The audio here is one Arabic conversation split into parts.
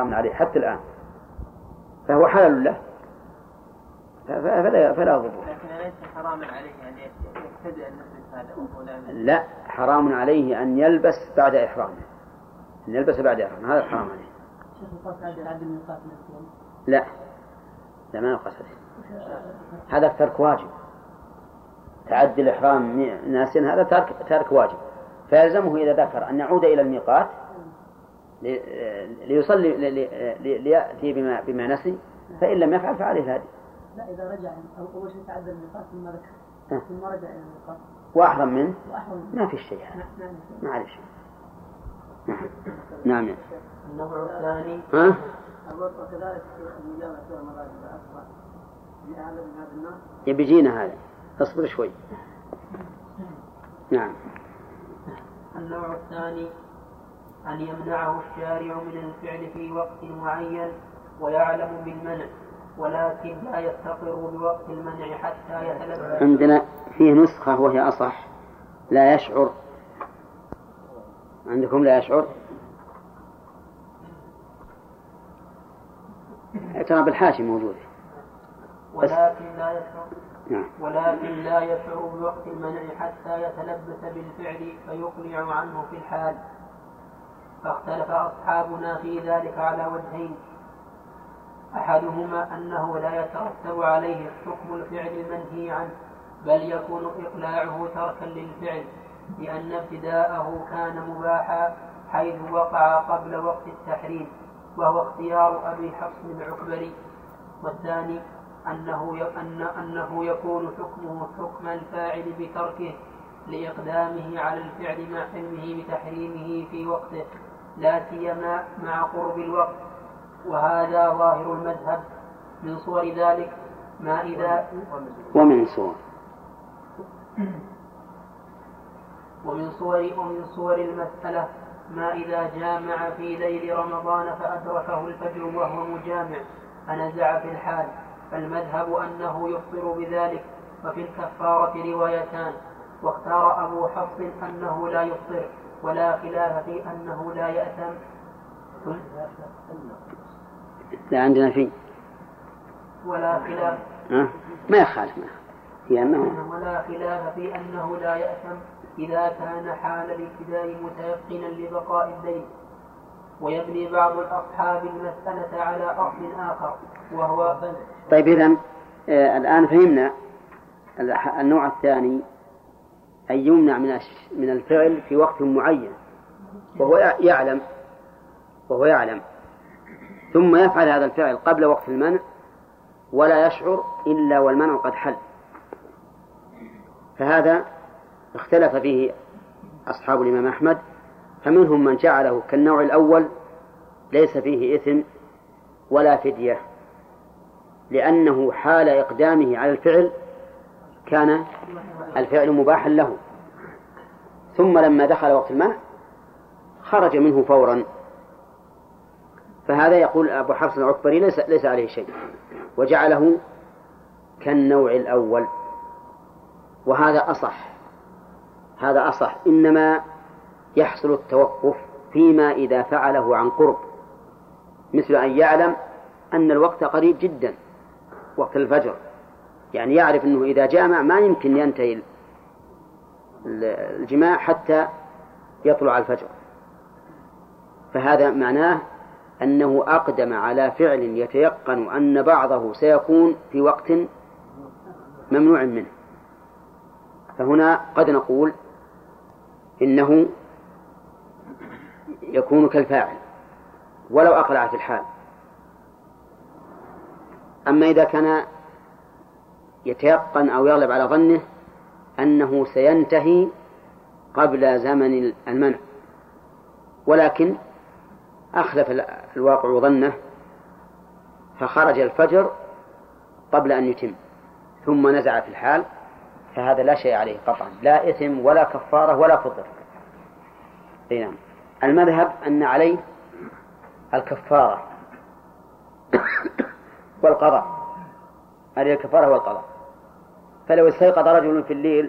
حرام عليه حتى الآن فهو حلال له فلا ضر. لكن ليس حراما عليه أن يبتدئ اللبس هذا؟ لا، حرام عليه أن يلبس بعد إحرامه، أن يلبس بعد إحرامه، هذا حرام عليه. لا ما يقصد، هذا ترك واجب. تعدي الإحرام ناس هذا ترك واجب، فيلزمه إذا ذكر أن يعود إلى الميقات ليصلي ليأتي بما نسي، فإن لم يفعل فعليه هذه. لا، إذا رجع أول شيء تعدى الميقات ثم ذكر ثم رجع إلى الميقات وأحرم منه ما في شيء، ما عليه شيء. نعم. النوع الثاني وكذلك المجامعة في رمضان الأصغر هذا من هذا النوع يبيجينا هذا، اصبر شوي. نعم. النوع الثاني أن يمنعه الشارع من الفعل في وقت معين ويعلم بالمنع، ولكن لا يستقر بوقت المنع حتى يتلبس. عندنا فيه نسخة وهي أصح، لا يشعر. عندكم لا يشعر؟ ترى بالحاشي موجود. ولكن لا يشعر بوقت المنع حتى يتلبس بالفعل فيقلع عنه في الحال. فاختلف أصحابنا في ذلك على وجهين: أحدهما أنه لا يترتب عليه حكم الفعل المنهي عنه، بل يكون إقلاعه تركا للفعل، لأن ابتداءه كان مباحا حيث وقع قبل وقت التحريم، وهو اختيار أبي حفص العكبري. والثاني أنه يكون حكمه حكم الفاعل بتركه لإقدامه على الفعل مع علمه بتحريمه في وقته، لا سيما مع قرب الوقت. وهذا ظاهر المذهب. من صور ذلك ما إذا ومن صور المسألة ما إذا جامع في ليل رمضان فأدركه الفجر وهو مجامع فنزع في الحال، فالمذهب أنه يفطر بذلك. وفي الكفارة روايتان، واختار أبو حفص أنه لا يفطر، ولا خلاف في أنه لا يأثم. لا عندنا فيه ولا خلاف ما يخالف في أنه ولا خلاف في أنه لا يأثم إذا كان حال الابتداء متيقنا لبقاء الليل. ويبني بعض الأصحاب المسألة على أصل آخر وهو طيب إذن الآن فهمنا النوع الثاني، أن يمنع من الفعل في وقت معين وهو يعلم ثم يفعل هذا الفعل قبل وقت المنع ولا يشعر إلا والمنع قد حل. فهذا اختلف فيه أصحاب الإمام أحمد، فمنهم من جعله كالنوع الأول ليس فيه إثم ولا فدية، لأنه حال إقدامه على الفعل كان الفعل مباحا له، ثم لما دخل وقت المنع خرج منه فورا. فهذا يقول أبو حفص العكبري ليس عليه شيء، وجعله كالنوع الأول، وهذا أصح. إنما يحصل التوقف فيما إذا فعله عن قرب، مثل أن يعلم أن الوقت قريب جدا، وقت الفجر، يعني يعرف أنه إذا جامع ما يمكن ينتهي الجماع حتى يطلع الفجر، فهذا معناه أنه أقدم على فعل يتيقن أن بعضه سيكون في وقت ممنوع منه. فهنا قد نقول إنه يكون كالفاعل ولو أقلع في الحال. أما إذا كان يتيقن أو يغلب على ظنه أنه سينتهي قبل زمن المنع، ولكن أخلف الواقع ظنه فخرج الفجر قبل أن يتم ثم نزع في الحال، فهذا لا شيء عليه قطعا، لا إثم ولا كفارة ولا فطر. نعم. المذهب أن عليه الكفارة والقضاء، عليه الكفارة والقضاء. فلو استيقظ رجل في الليل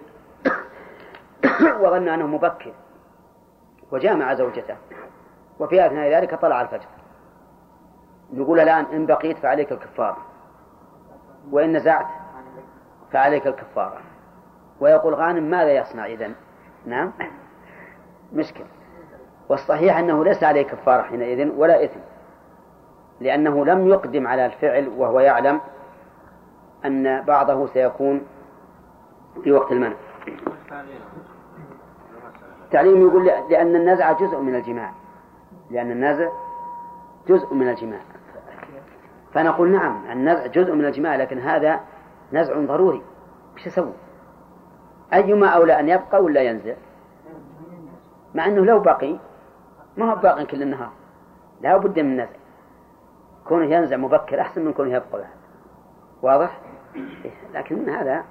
وظن أنه مبكر وجامع زوجته وفي أثناء ذلك طلع الفجر نقول الآن إن بقيت فعليك الكفارة، وإن نزعت فعليك الكفارة. ويقول غانم ماذا يصنع إذن؟ نعم مشكلة. والصحيح أنه ليس عليه كفارة حينئذ ولا إثم، لأنه لم يقدم على الفعل وهو يعلم أن بعضه سيكون في وقت المنع. التعليم يقول لأن النزع جزء من الجماع، لأن النزع جزء من الجماع، فنقول نعم النزع جزء من الجماع، لكن هذا نزع ضروري. مش أسوي؟ أيما أولى أن يبقى ولا ينزع؟ مع أنه لو بقي ما هو باقي كل النهار، لا بد من النزع. كونه ينزع مبكر أحسن من كونه يبقى بعد. واضح؟ لكن هذا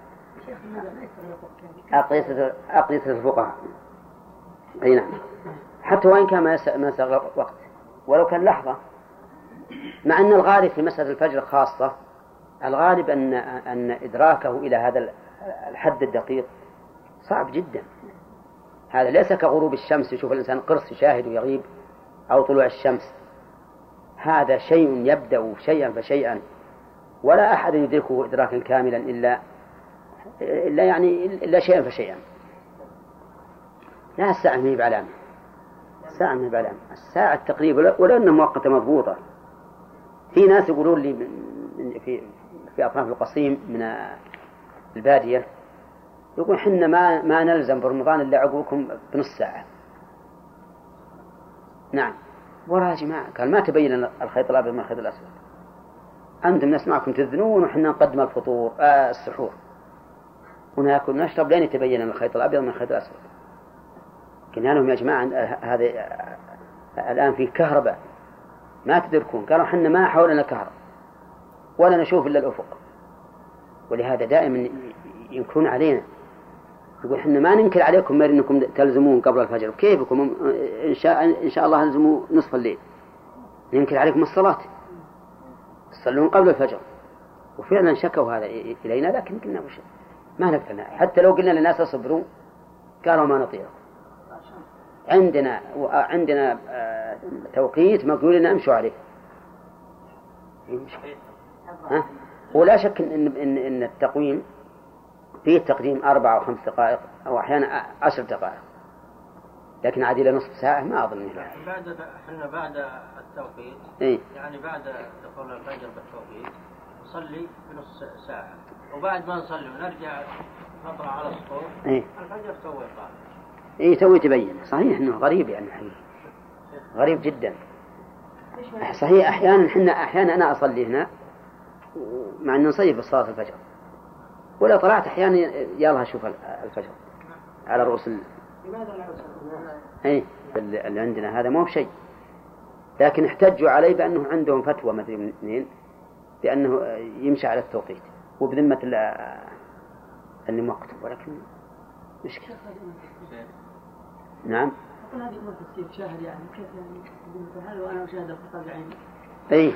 أقيسة الفقهاء. أي نعم، حتى وإن كان ما سغ وقت ولو كان لحظة. مع أن الغالب في مسألة الفجر خاصة، الغالب أن إدراكه إلى هذا الحد الدقيق صعب جدا. هذا ليس كغروب الشمس، يشوف الإنسان قرص يشاهد ويغيب، أو طلوع الشمس. هذا شيء يبدأ شيئا فشيئا، ولا أحد يدركه إدراكا كاملا إلا شيئا فشيئا. لا، الساعة ما هي بعلامة، الساعة ما هي بعلامة، الساعة تقريبا ولو أنها مؤقتة مضبوطة. في ناس يقولون لي في أطراف القصيم من البادية، يقول حنا ما نلزم برمضان إلا عقبكم بنص ساعة. نعم، وراء جماعة قال ما تبين الخيط الأبيض من الخيط الأسود، أنتم نسمعكم تذنون وحنا نقدم الفطور السحور ونأكل ونشرب لين يتبين الخيط الأبيض من الخيط الأسود. قلنا لهم يا جماعة هذا الآن في كهرباء ما تدركون. قالوا حنا ما حولنا كهرباء ولا نشوف إلا الأفق. ولهذا دائما ينكرون علينا، يقول حنا ما ننكر عليكم مر أنكم تلزمون قبل الفجر، كيفكم إن شاء الله لزموا نصف الليل، ننكر عليكم الصلاة، تصلون قبل الفجر. وفعلا شكوا هذا إلينا، لكن قلنا ما نقدر. حتى لو قلنا للناس اصبروا قالوا ما نطيعكم، عندنا توقيت مقول لنا امشوا عليه. ولا شك إن التقويم فيه تقديم 4 أو 5 دقائق أو أحيانا 10 دقائق، لكن عاد إلى نصف ساعة ما أظن له. بعد التوقيت يعني بعد دخول الفجر بالتوقيت نصلي بنص ساعة، وبعد ما نصلي ونرجع نطلع على السطور الفجر توي تبين. صحيح إنه غريب، يعني غريب جدا. صحيح أحيانا أنا أصلي هنا مع أن نصلي بصلاة الفجر، ولا طلعت أحيانا يلا شوف الفجر على رؤوس لماذا لا اللي عندنا هذا مو بشيء. لكن احتجوا عليه بأنه عندهم فتوى مثل من اثنين بأنه يمشي على التوقيت وبذمة اللي مقته، ولكن مشكلة. نعم. أقول هذه أمور تسكيت شاهد، يعني كيف يعني هذا وأنا أشاهد الخطاب بعيني.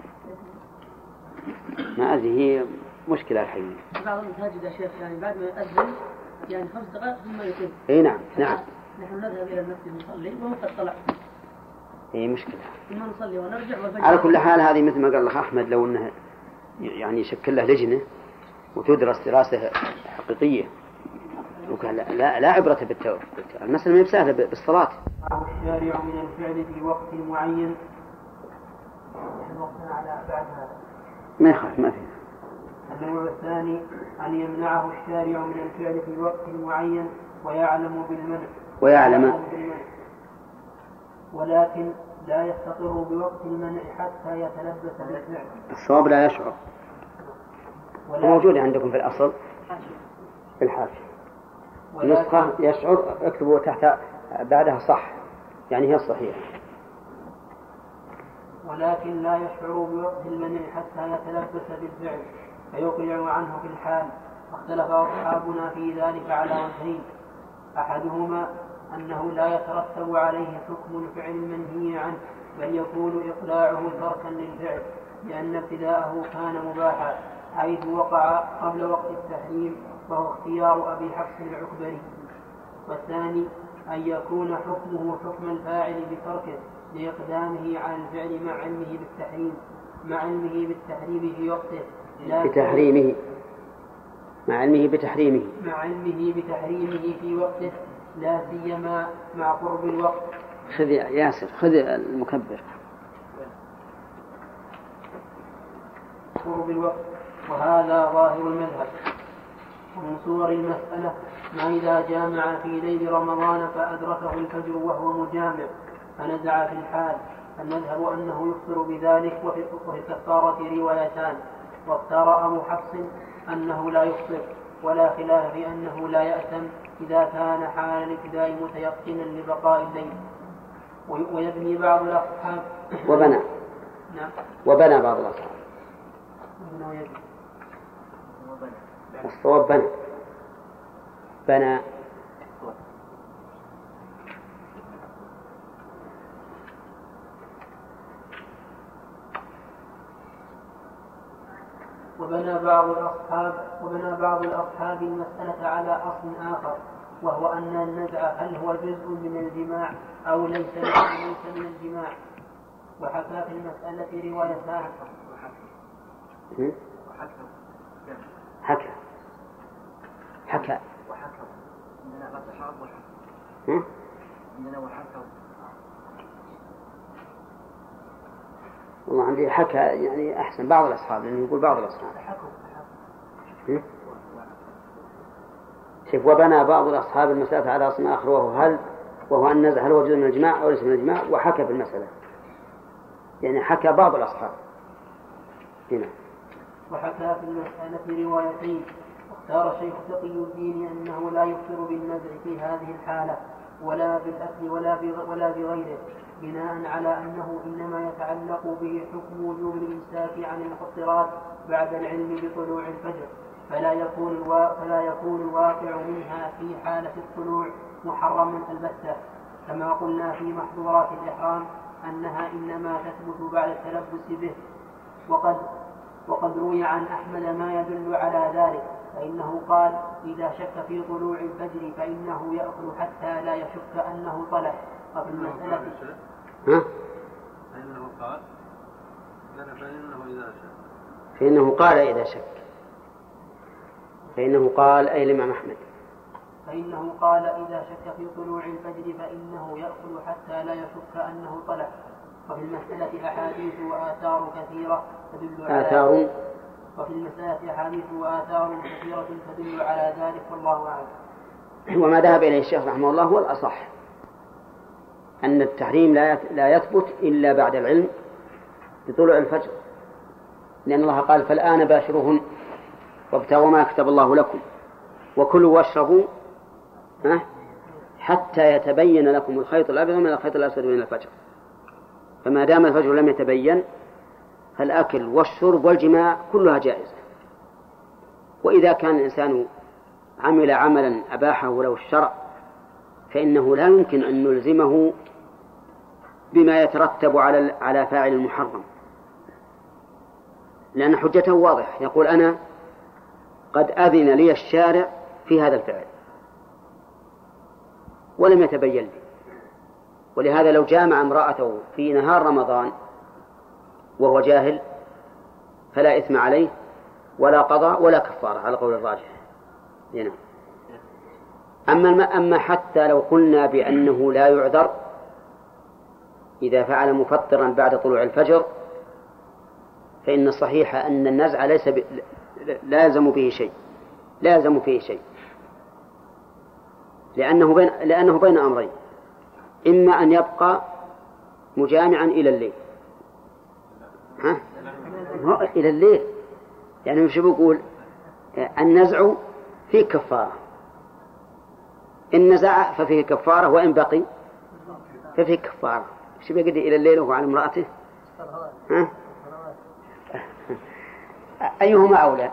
ما هذه مشكلة الحين. بعض المساجد يا شيخ يعني بعد ما يؤذن يعني 5 دقائق ثم يتم. نعم. نحن نذهب إلى المسجد نصلي وهو قد طلع. مشكلة. ثم نصلي ونرجع والفجر. على كل حال هذه مثل ما قال الأخ أحمد، لو أنه يعني يشكل له لجنة وتدرس دراسة حقيقية، وكان لا عبرة بالتوبة. المسألة ما بسهلة بالصلاة. الشارع من الفعل في وقت معين. وقتنا على بعد هذا. ما يخاف، ما فيه. النوع الثاني أن يمنعه الشارع من الفعل في وقت معين ويعلم بالمنع ولكن لا يستقر بوقت المنع حتى يتلبس بالفعل. الصواب لا يشعر. موجود عندكم في الأصل في الحاشية نسخة يشعر، اكتبوا تحت بعدها صح، يعني هي الصحيح. ولكن لا يشعر بوقت المنع حتى يتلبس بالفعل فيقلع عنه في الحال. واختلف أصحابنا في ذلك على وجهين: أحدهما أنه لا يترتب عليه حكم الفعل المنهي عنه، بل يكون إقلاعه تركا للفعل لأن ابتداءه كان مباحا حيث وقع قبل وقت التحريم، وهو اختيار أبي حفص العكبري. والثاني أن يكون حكمه حكم الفاعل بتركه، لإقدامه على الفعل مع علمه بالتحريم في وقته بتحريمه مع علمه بتحريمه في وقته لا سيما مع قرب الوقت. خذ يا ياسر، خذ المكبر. قرب الوقت، وهذا ظاهر المذهب. ومن صور المسألة ما إذا جامع في ليل رمضان فأدركه الفجر وهو مجامع فنزع في الحال، فالمذهب أنه يفطر بذلك، وفي الكفارة روايتان، واختار أبو حفص أنه لا يفطر، ولا خلاف في أنه لا يأثم إذا كان حال الابتداء متيقنا لبقاء الليل. ويبني بعض الأصحاب وبنى بعض الأصحاب الصواب بنى وبنى بعض الأصحاب المسألة على أصل آخر، وهو أن النزع هل هو جزء من الجماع أو ليس من الجماع. وحكى في المسألة روايتان. حكى والله عندي حكى يعني أحسن بعض الأصحاب، لأنه يقول بعض الأصحاب. شوف، وبنى بعض الأصحاب المسألة على أصل آخر، وهو أن النزع هل هو جزء من الجماع أو ليس من الجماع. وحكى في المسألة يعني حكى بعض الأصحاب هنا. وحكى في المسألة روايتين، واختار شيخ تقي الدين أنه لا يفطر بالنزع في هذه الحالة ولا بالأكل ولا بغيره، بناء على أنه إنما يتعلق به حكم وجوب الإمساك عن المفطرات بعد العلم بطلوع الفجر، فلا يكون الواقع منها في حالة الطلوع محرما البتة، كما قلنا في محظورات الإحرام أنها إنما تثبت بعد التلبس به. وقد روي عن أحمد ما يدل على ذلك، فإنه قال إذا شك في طلوع الفجر فإنه يأكل حتى لا يشك أنه طلع. وفي المسألة فإنه قال إذا شك، فإنه قال أي الإمام أحمد، فإنه قال إذا شك في طلوع الفجر فإنه يأكل حتى لا يشك أنه طلع. وفي المسألة أحاديث وآثار كثيرة تدل على وفي المسألة أحاديث وآثار كثيرة تدل على ذلك، والله أعلم. وما ذهب إليه الشيخ رحمه الله هو الأصح، أن التحريم لا يثبت إلا بعد العلم بطلوع الفجر، لأن الله قال فالآن باشروهن وابتغوا ما كتب الله لكم وكلوا واشربوا حتى يتبين لكم الخيط الأبيض من الخيط الأسود من الفجر. فما دام الفجر لم يتبين فالأكل والشرب والجماع كلها جائزة. وإذا كان الإنسان عمل عملا أباحه له الشرع فإنه لا يمكن أن نلزمه بما يترتب على فاعل المحرم، لأن حجته واضح، يقول أنا قد أذن لي الشارع في هذا الفعل ولم يتبين لي. ولهذا لو جامع امرأته في نهار رمضان وهو جاهل فلا إثم عليه ولا قضاء ولا كفارة على قول الراجح. أما حتى لو قلنا بأنه لا يعذر إذا فعل مفطرا بعد طلوع الفجر، فإن الصحيح أن النزع لا يلزم فيه شيء، لأنه بين أمرين، إما أن يبقى مجامعا إلى الليل إلى الليل، يعني مش بيقول النزع فيه كفارة، إن نزع ففيه كفارة وإن بقي ففيه كفارة. شو بيقول إلى الليل وهو على امرأته؟ أيهما أولى؟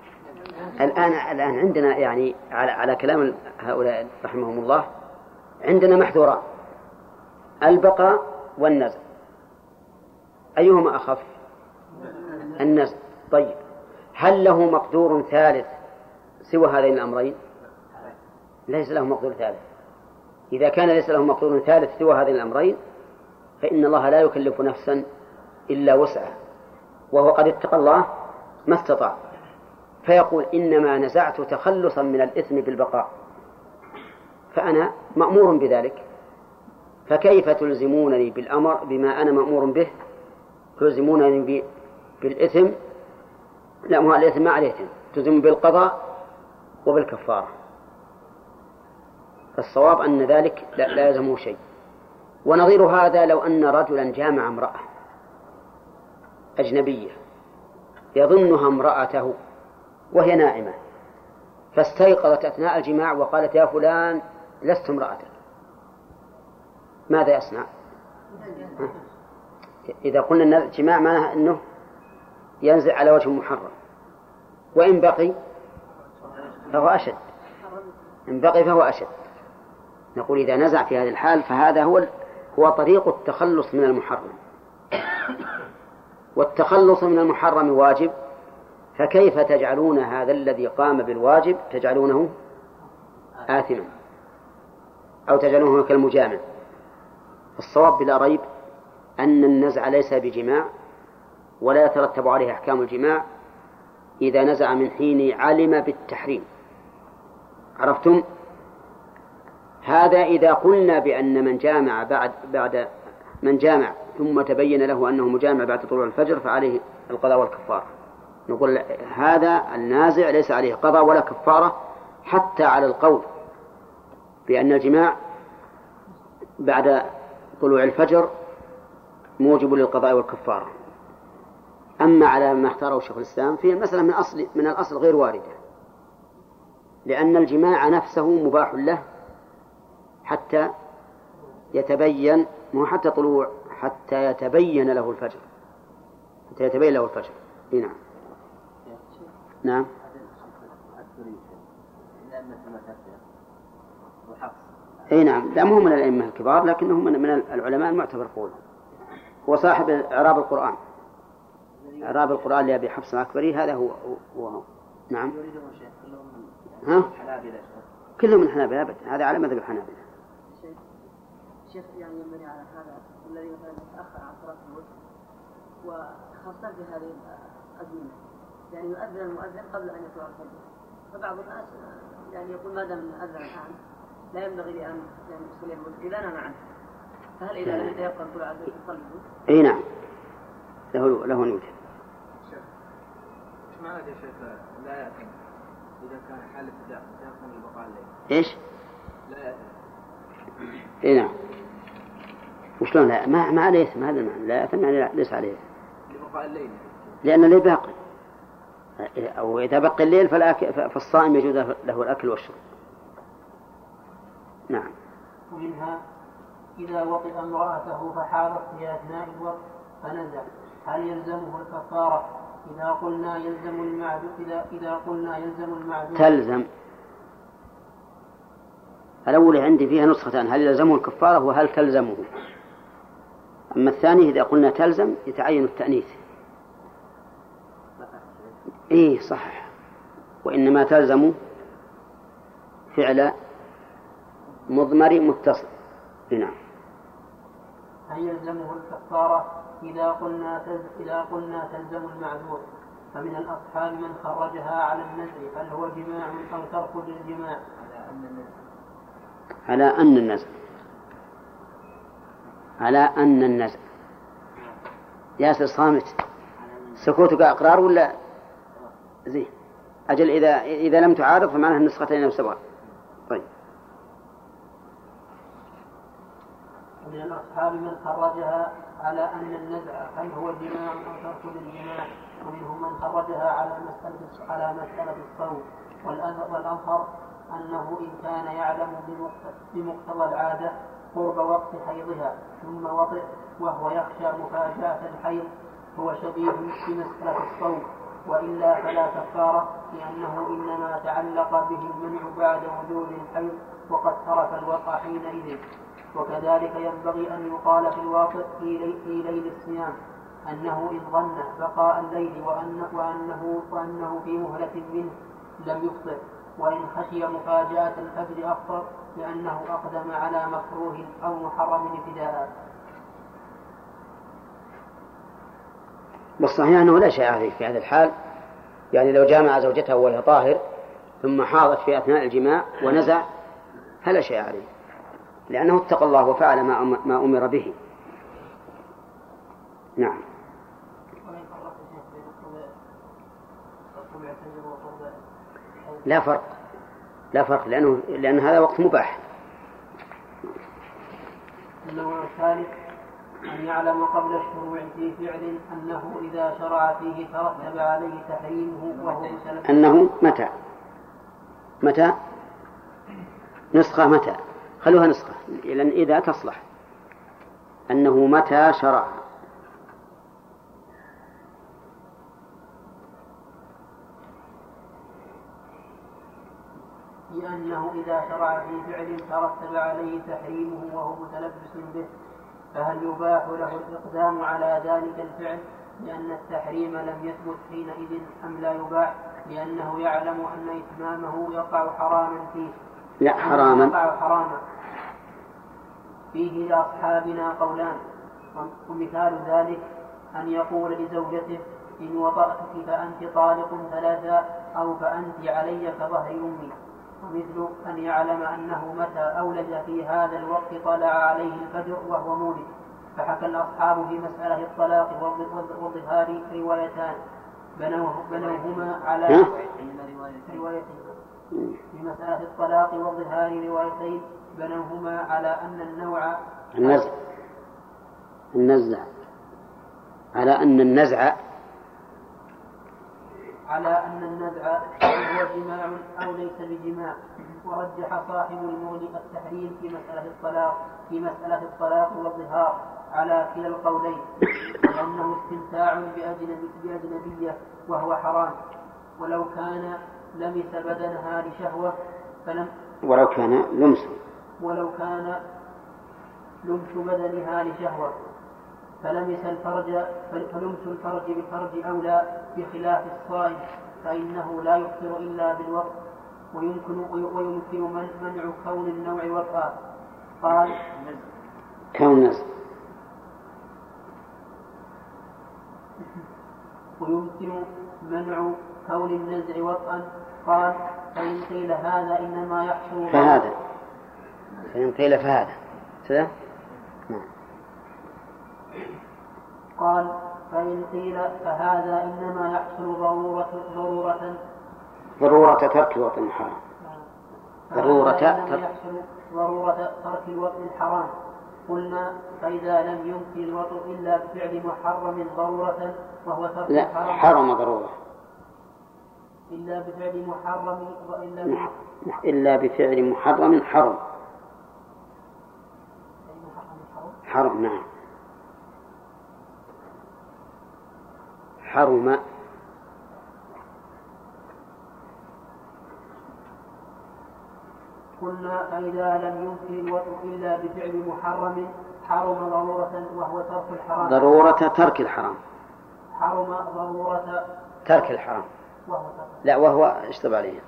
الآن عندنا يعني على كلام هؤلاء رحمهم الله عندنا محذوران، البقاء والنزع، أيهما أخف؟ النزع. طيب هل له مقدور ثالث سوى هذين الأمرين؟ ليس له مقدور ثالث. إذا كان ليس له مقدور ثالث سوى هذين الأمرين فإن الله لا يكلف نفسا إلا وسعها، وهو قد اتقى الله ما استطاع، فيقول إنما نزعت تخلصا من الإثم بالبقاء، فأنا مأمور بذلك، فكيف تلزمونني بالأمر بما أنا مأمور به، تلزمونني بالإثم؟ لا، ما الإثم ما عليه إثم، تلزم بالقضاء وبالكفارة. فالصواب أن ذلك لا يلزمه شيء. ونظير هذا لو أن رجلا جامع امرأة أجنبية يظنها امرأته وهي نائمة، فاستيقظت أثناء الجماع وقالت يا فلان لست امرأتك، ماذا يصنع؟ إذا قلنا أن الجماع معناه أنه ينزل على وجه محرم، وإن بقي فهو أشد، إن بقي فهو أشد. نقول إذا نزع في هذه الحال فهذا هو طريق التخلص من المحرم، والتخلص من المحرم واجب، فكيف تجعلون هذا الذي قام بالواجب تجعلونه آثما أو تجعلونه كالمجامع؟ الصواب بلا ريب أن النزع ليس بجماع ولا يترتب عليه أحكام الجماع إذا نزع من حين علم بالتحريم. عرفتم؟ هذا إذا قلنا بأن من جامع بعد من جامع ثم تبين له أنه مجامع بعد طلوع الفجر فعليه القضاء والكفارة. نقول هذا النازع ليس عليه قضاء ولا كفارة، حتى على القول بأن الجماع بعد طلوع الفجر موجب للقضاء والكفارة. أما على ما اختاره شيخ الإسلام في المسألة من الأصل غير واردة، لأن الجماع نفسه مباح له حتى يتبين، مو حتى طلوع، حتى يتبين له الفجر، حتى يتبين له الفجر. نعم. نعم. اي نعم، لا مو من الأئمة الكبار لكنه من العلماء المعتبر قوله. هو صاحب إعراب القرآن، إعراب القرآن لأبي حفص الأكبري، هذا هو. نعم. ها؟ كلهم من الحنابلة أبدا، هذا على مذهب الحنابلة. شيخ يعني ينبني على هذا الذي مثلا يتأخر عن صلاة الوتر، وخاصة في هذه الأزمنة، يعني يؤذن المؤذن قبل أن يطلع الفجر، فبعض الناس يعني يقول ما دام أذن الآن لا ينبغي لي أن يعني أصلي الوتر إذا أنا معه، فهل إذا لم يتيقن طلوع الفجر يصلي الوتر؟ أي نعم، له أن يوتر. إيش معنى يا شيخ لا يأتم إذا كان حالة تيقن البقاء الليل؟ إيش؟ لا يأتم. إيه نعم. وشلون لا؟ ما عليه اسم، هذا المعنى لا يأثم يعني ليس عليه لبقاء الليل، لأن الليل باقي، أو إذا بقي الليل فالصائم يجوز له الأكل والشرب. نعم. ومنها إذا وطئ امرأته فحاضت في أثناء الوقت فنزع، هل يلزمه الكفارة؟ إذا قلنا يلزم المعدوم تلزم. الأول عندي فيها نسختان، هل يلزمه الكفارة وهل تلزمه. أما الثاني إذا قلنا تلزم يتعين التأنيث. إيه صح، وإنما تلزم فعل مضمر متصل. نعم. هل يلزمه الكفارة؟ إذا قلنا تلزم المعذور، فمن الأصحاب من خرجها على النزع، هل هو جماع أو ترك للجماع؟ على أن النزع ياسر صامت، سكوتك أقرار ولا زين؟ أجل إذا لم تعارض فمعناها النسختين أو سواء. طيب. من الأصحاب من خرجها على أن النزع هل هو جماع أو ترك للجماع، ومنهم من خرجها على مسألة الصوم، والأظهر أنه إن كان يعلم بمقتضى العادة قرب وقت حيضها ثم وطئ وهو يخشى مفاجأة الحيض هو شبيه بمسألة الصوم، وإلا فلا كفارة، لأنه إنما تعلق به المنع بعد وجود الحيض وقد ترك الوقع حينئذ. وكذلك ينبغي أن يقال في الواقع في ليل الصيام أنه إن ظن بقاء الليل وأنه في مهلة منه لم يفطر، وإن خشي مفاجأة الفجر أفطر، لأنه أقدم على مكروه أو محرم ابتداء. بالصحيح أنه لا شيء عليه في هذا الحال، يعني لو جامع زوجته وهي طاهر ثم حاضت في أثناء الجماع ونزع فلا شيء عليه، لأنه اتقى الله وفعل ما أمر به. نعم. لا فرق لأن هذا وقت مباح. النوع الثالث أن يعلم قبل الشروع في فعل أنه إذا شرع فيه ترتب عليه تحريمه وهو مسلم. أنه متى نسخة متى خلوها نسخة لأن إذا تصلح أنه متى شرع لأنه إذا شرع في فعل ترتب عليه تحريمه وهو متلبس به، فهل يباح له الإقدام على ذلك الفعل لأن التحريم لم يثبت حينئذ أم لا يباح لأنه يعلم أن إتمامه يقع حراما فيه؟ لا حراما. يقع حراما فيه لأصحابنا قولان، ومثال ذلك أن يقول لزوجته إن وطأتك فأنت طالق ثلاثا أو فأنت علي كظهر أمي، ومثل أن يعلم أنه متى أولد في هذا الوقت طلع عليه الفجر وهو مولد. فحكى الأصحاب في مسألة الطلاق والظهار روايتان بنوهما على روايتين. في مسألة الطلاق والظهار روايتين بنوهما على أن النوع النزع على أن النزع هو جماع أو ليس بجماع. ورجح صاحب المغني التحريم في مسألة الطلاق والظهار على كلا القولين، لأنه استمتاع بأجنبية وهو حرام، ولو كان لمس بدنها لشهوة ولو كان لمس بدنها لشهوة فلمس الفرج بالفرج أولى بخلاف الصائم، فإنه لا يفطر إلا بالوقت، ويمكن منع كون النوع وقعا. قال ويمكن منع كون النزع وقعا. قال فإن قيل هذا إنما يحصل فهذا قال فإن قيل فهذا إنما يحصل ضرورة ترك الوقت الحرام. ضرورة ترك الوقت الحرام. قلنا فإذا لم يمكن الوقت إلا بفعل محرم ضرورة وهو ترك الحرام. حرم ضرورة إلا بفعل محرم إلا بفعل محرم حرم. نعم حرم. قلنا فإذا لم يمكن الوقت إلا بفعل محرم حرم ضرورة وهو ترك الحرام. ضرورة ترك الحرام. حرم ضرورة ترك الحرام. وهو اشتبه عليه.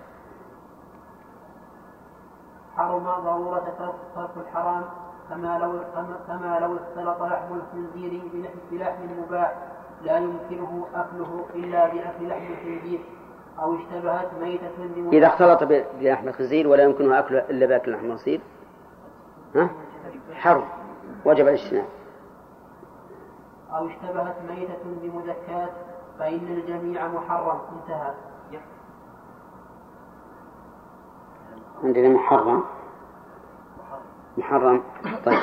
حرم ضرورة ترك الحرام كما لو اختلط لحم الخنزير بلحم مباح لا يمكنه أكله إلا بأكل لحم الخنزير، أو اشتبهت ميتة إذا اختلط بلحم الخنزير ولا يمكنه أكله إلا بأكل لحم الخنزير حرم وجب الاجتناب. أو اشتبهت ميتة بمذكات فإن الجميع محرم. انتهى. عندنا محرم. طيب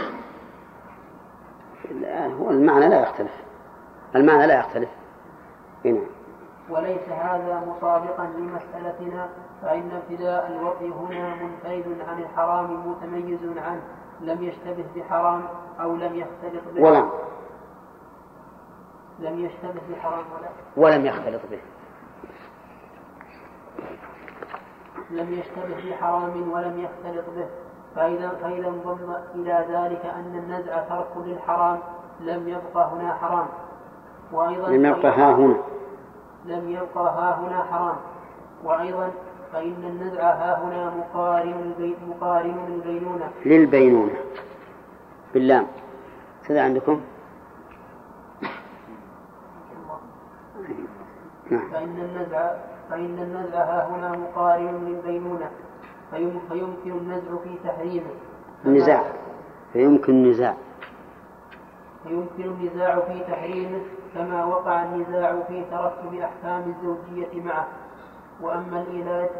هو المعنى لا يختلف هنا. وليس هذا مطابقا لمسألتنا، فإن ابتداء الوضع هنا منفرد عن الحرام متميز عنه، لم يشتبه بحرام أو لم يختلط به لم يشتبه بحرام ولم يختلط به. لم يشتبه بحرام ولم يختلط به. فإذا انضم إلى ذلك أن النزع ترك للحرام لم يبقى هنا حرام، وأيضا لم يبقى ها هنا حرام، وأيضا فإن النزع ها هنا مقارن للبينونة باللام. كذا عندكم فإن النزع ها هنا مقارن للبينونة فيمكن النزع في تحريمه النزاع فيمكن النزاع في تحريمه كما وقع النزاع في ترتب أحكام الزوجية معه. وأما العلاج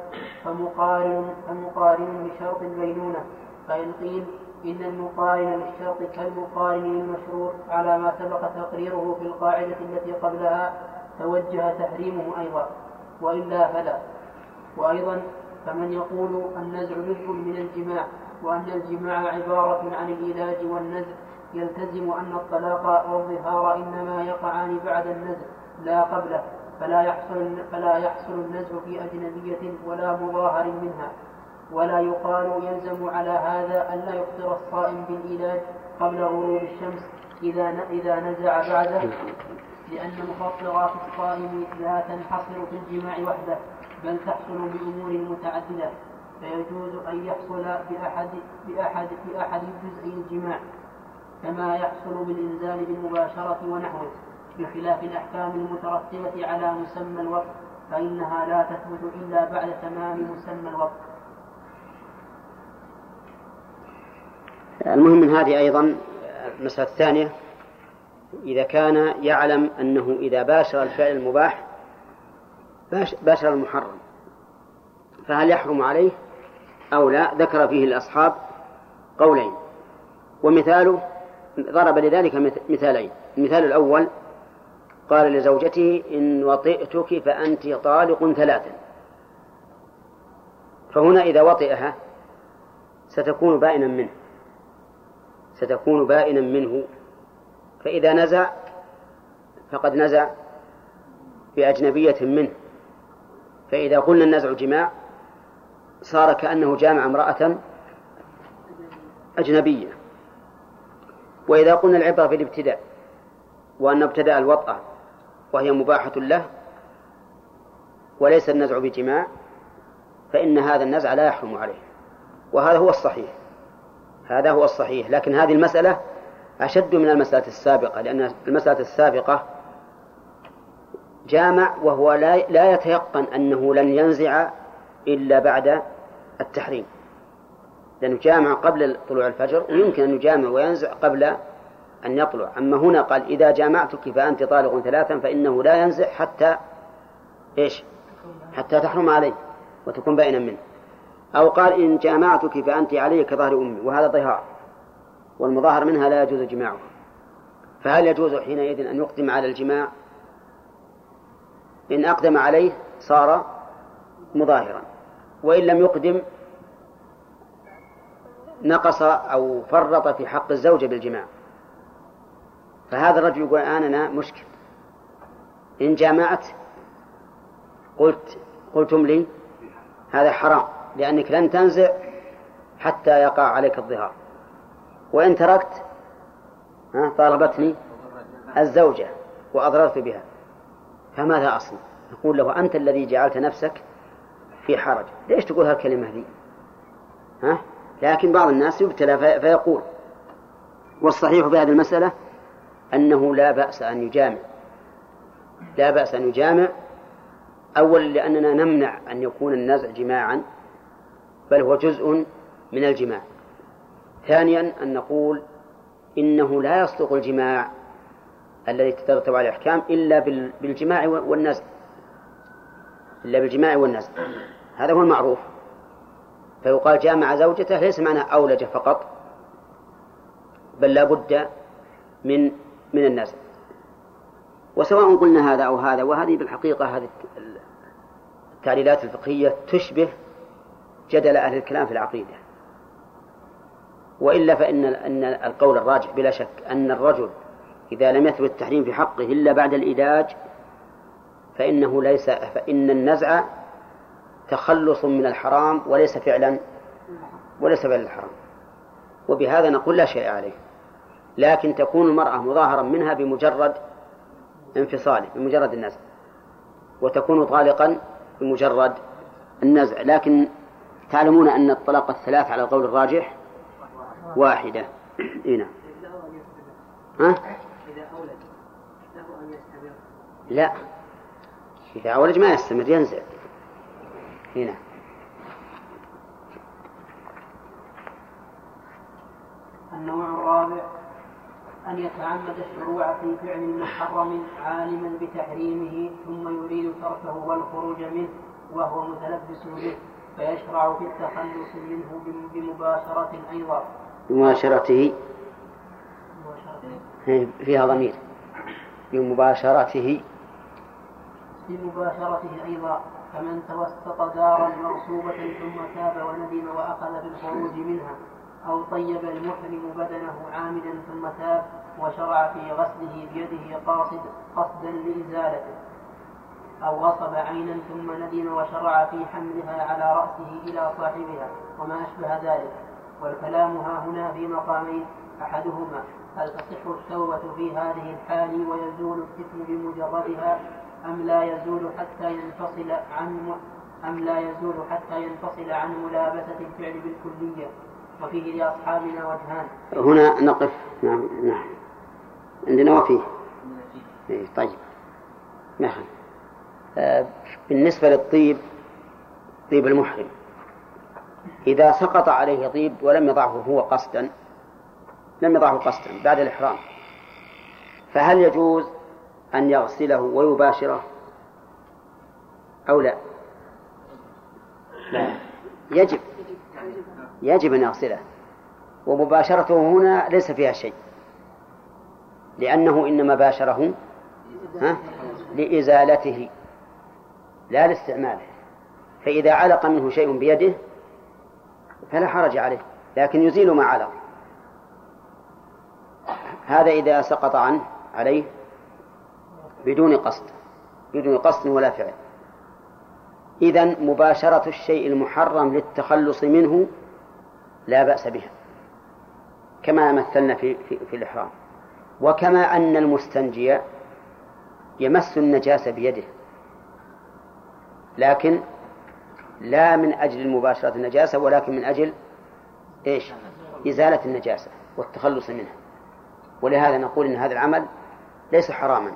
فمقارن لشرط البينونة، فإن قيل إن المقارن للشرط كالمقارن للمشروط على ما سبق تقريره في القاعدة التي قبلها توجه تحريمه أيضا، وإلا فلا. وأيضا فمن يقول النزع جزء من الجماع وأن الجماع عبارة عن العلاج والنزع يلتزم أن الطلاق والظهار إنما يقعان بعد النزع لا قبله، فلا يحصل النزع في أجنبية ولا مظاهر منها. ولا يقال يلزم على هذا أن لا يفطر الصائم بالعلاج قبل غروب الشمس إذا نزع بعده، لأن مفطرات الصائم لا تنحصر في الجماع وحده بل تحصل بأمور متعددة، فيجوز أن يحصل بأحد جزئي الجماع كما يحصل بالإنزال بالمباشرة ونحوه، بخلاف الأحكام المترتبة على مسمى الوقت فإنها لا تثبت إلا بعد تمام مسمى الوقت. المهم من هذه أيضا المسألة الثانية، إذا كان يعلم أنه إذا باشر الفعل المباح باشر المحرم فهل يحرم عليه أو لا؟ ذكر فيه الأصحاب قولين، ومثاله ضرب لذلك مثالين. المثال الأول قال لزوجته إن وطئتك فأنت طالق 3، فهنا إذا وطئها ستكون بائنا منه، فإذا نزع فقد نزع بأجنبية منه، فإذا قلنا النزع جماع صار كأنه جامع امرأة أجنبية. وإذا قلنا العبرة في الابتداء وأن ابتدأ الوطأة وهي مباحة له وليس النزع بجماع فإن هذا النزع لا يحرم عليه، وهذا هو الصحيح. لكن هذه المسألة أشد من المسألة السابقة، لأن المسألة السابقة جامع وهو لا يتيقن أنه لن ينزع إلا بعد التحريم، لأنه جامع قبل طلوع الفجر ويمكن أن يجامع وينزع قبل أن يطلع. أما هنا قال إذا جامعتك فأنت طالق 3 فإنه لا ينزع حتى تحرم عليه وتكون بائنا منه. أو قال إن جامعتك فأنت علي كظهر أمي، وهذا ظهار والمظاهر منها لا يجوز جماعه، فهل يجوز حينئذ أن يقدم على الجماع؟ إن أقدم عليه صار مظاهرا، وإن لم يقدم نقص أو فرط في حق الزوجة بالجماع. فهذا الرجل يقول أنا مشكل، إن جامعت قلتم لي هذا حرام لأنك لن تنزع حتى يقع عليك الظهار، وإن تركت طالبتني الزوجة وأضررت بها، فماذا أصنع؟ نقول له أنت الذي جعلت نفسك في حرج، ليش تقول هالكلمة دي؟ لكن بعض الناس يبتلى فيقول. والصحيح في هذه المسألة أنه لا بأس أن يجامع، أولا لأننا نمنع أن يكون النزع جماعا بل هو جزء من الجماع. ثانيا أن نقول إنه لا يصدق الجماع الذي تترتب على الأحكام إلا بالجماع والنزع، هذا هو المعروف. فيقال جامع زوجته ليس معناه أولج فقط، بل لا بد من النزع. وسواء قلنا هذا أو هذا، وهذه بالحقيقة هذه التعليلات الفقهية تشبه جدل أهل الكلام في العقيدة. وإلا فإن القول الراجح بلا شك أن الرجل إذا لم يثبت التحريم في حقه إلا بعد الإيلاج فإن النزع تخلص من الحرام وليس فعلا الحرام، وبهذا نقول لا شيء عليه. لكن تكون المرأة مظاهرا منها بمجرد انفصاله، بمجرد النزع، وتكون طالقا بمجرد النزع. لكن تعلمون أن الطلاق 3 على القول الراجح 1. هنا لا، إذا عولج ما يستمر ينزل هنا. النوع الرابع أن يتعمد الشروع في فعل محرم عالما بتحريمه ثم يريد تركه والخروج منه وهو متلبس به، فيشرع في التخلص منه بمباشرة أيضا. بمباشرته فيها ضمير. بمباشرته أيضا، فمن توسط دارا مغصوبة ثم تاب وندم وأخذ بالخروج منها، أو طيب المحرم بدنه عامدا ثم تاب وشرع في غسله بيده قصدا لإزالته، أو غصب عينا ثم ندم وشرع في حملها على رأسه إلى صاحبها وما أشبه ذلك. والكلام ها هنا في مقامين: أحدهما هل تصح التوبة في هذه الحال ويزول الإثم بمجردها أم لا يزول حتى ينفصل عن ملابسة الفعل بالكلية. وفيه لأصحابنا وجهان. هنا نقف. نعم عندنا وفيه. طيب نعم. بالنسبة للطيب، طيب المحرم إذا سقط عليه طيب ولم يضعه هو قصدا، بعد الإحرام، فهل يجوز أن يغسله ويباشره أو لا؟ لا، يجب أن يغسله، ومباشرته هنا ليس فيها شيء، لأنه إنما باشره لإزالته لا لاستعماله. فإذا علق منه شيء بيده فلا حرج عليه، لكن يزيل ما علق. هذا إذا سقط عليه بدون قصد ولا فعل. إذن مباشرة الشيء المحرم للتخلص منه لا بأس بها، كما مثلنا في الإحرام. وكما أن المستنجي يمس النجاسة بيده، لكن لا من أجل مباشرة النجاسة، ولكن من أجل إزالة النجاسة والتخلص منها. ولهذا نقول إن هذا العمل ليس حراما.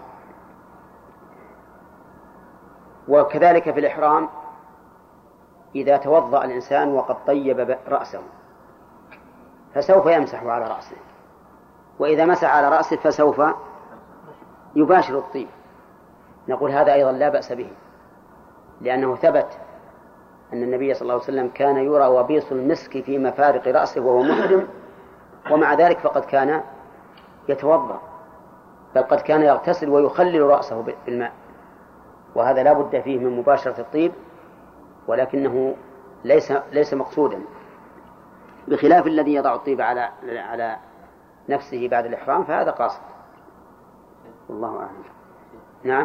وكذلك في الإحرام، إذا توضأ الإنسان وقد طيب رأسه فسوف يمسح على رأسه، وإذا مسح على رأسه فسوف يباشر الطيب. نقول هذا أيضا لا بأس به، لأنه ثبت أن النبي صلى الله عليه وسلم كان يرى وبيص المسك في مفارق رأسه وهو محرم، ومع ذلك فقد كان يتوضأ، بل قد كان يغتسل ويخلل رأسه بالماء. وهذا لا بد فيه من مباشرة الطيب، ولكنه ليس مقصودا، بخلاف الذي يضع الطيب على نفسه بعد الإحرام، فهذا قاصد. والله أعلم. نعم.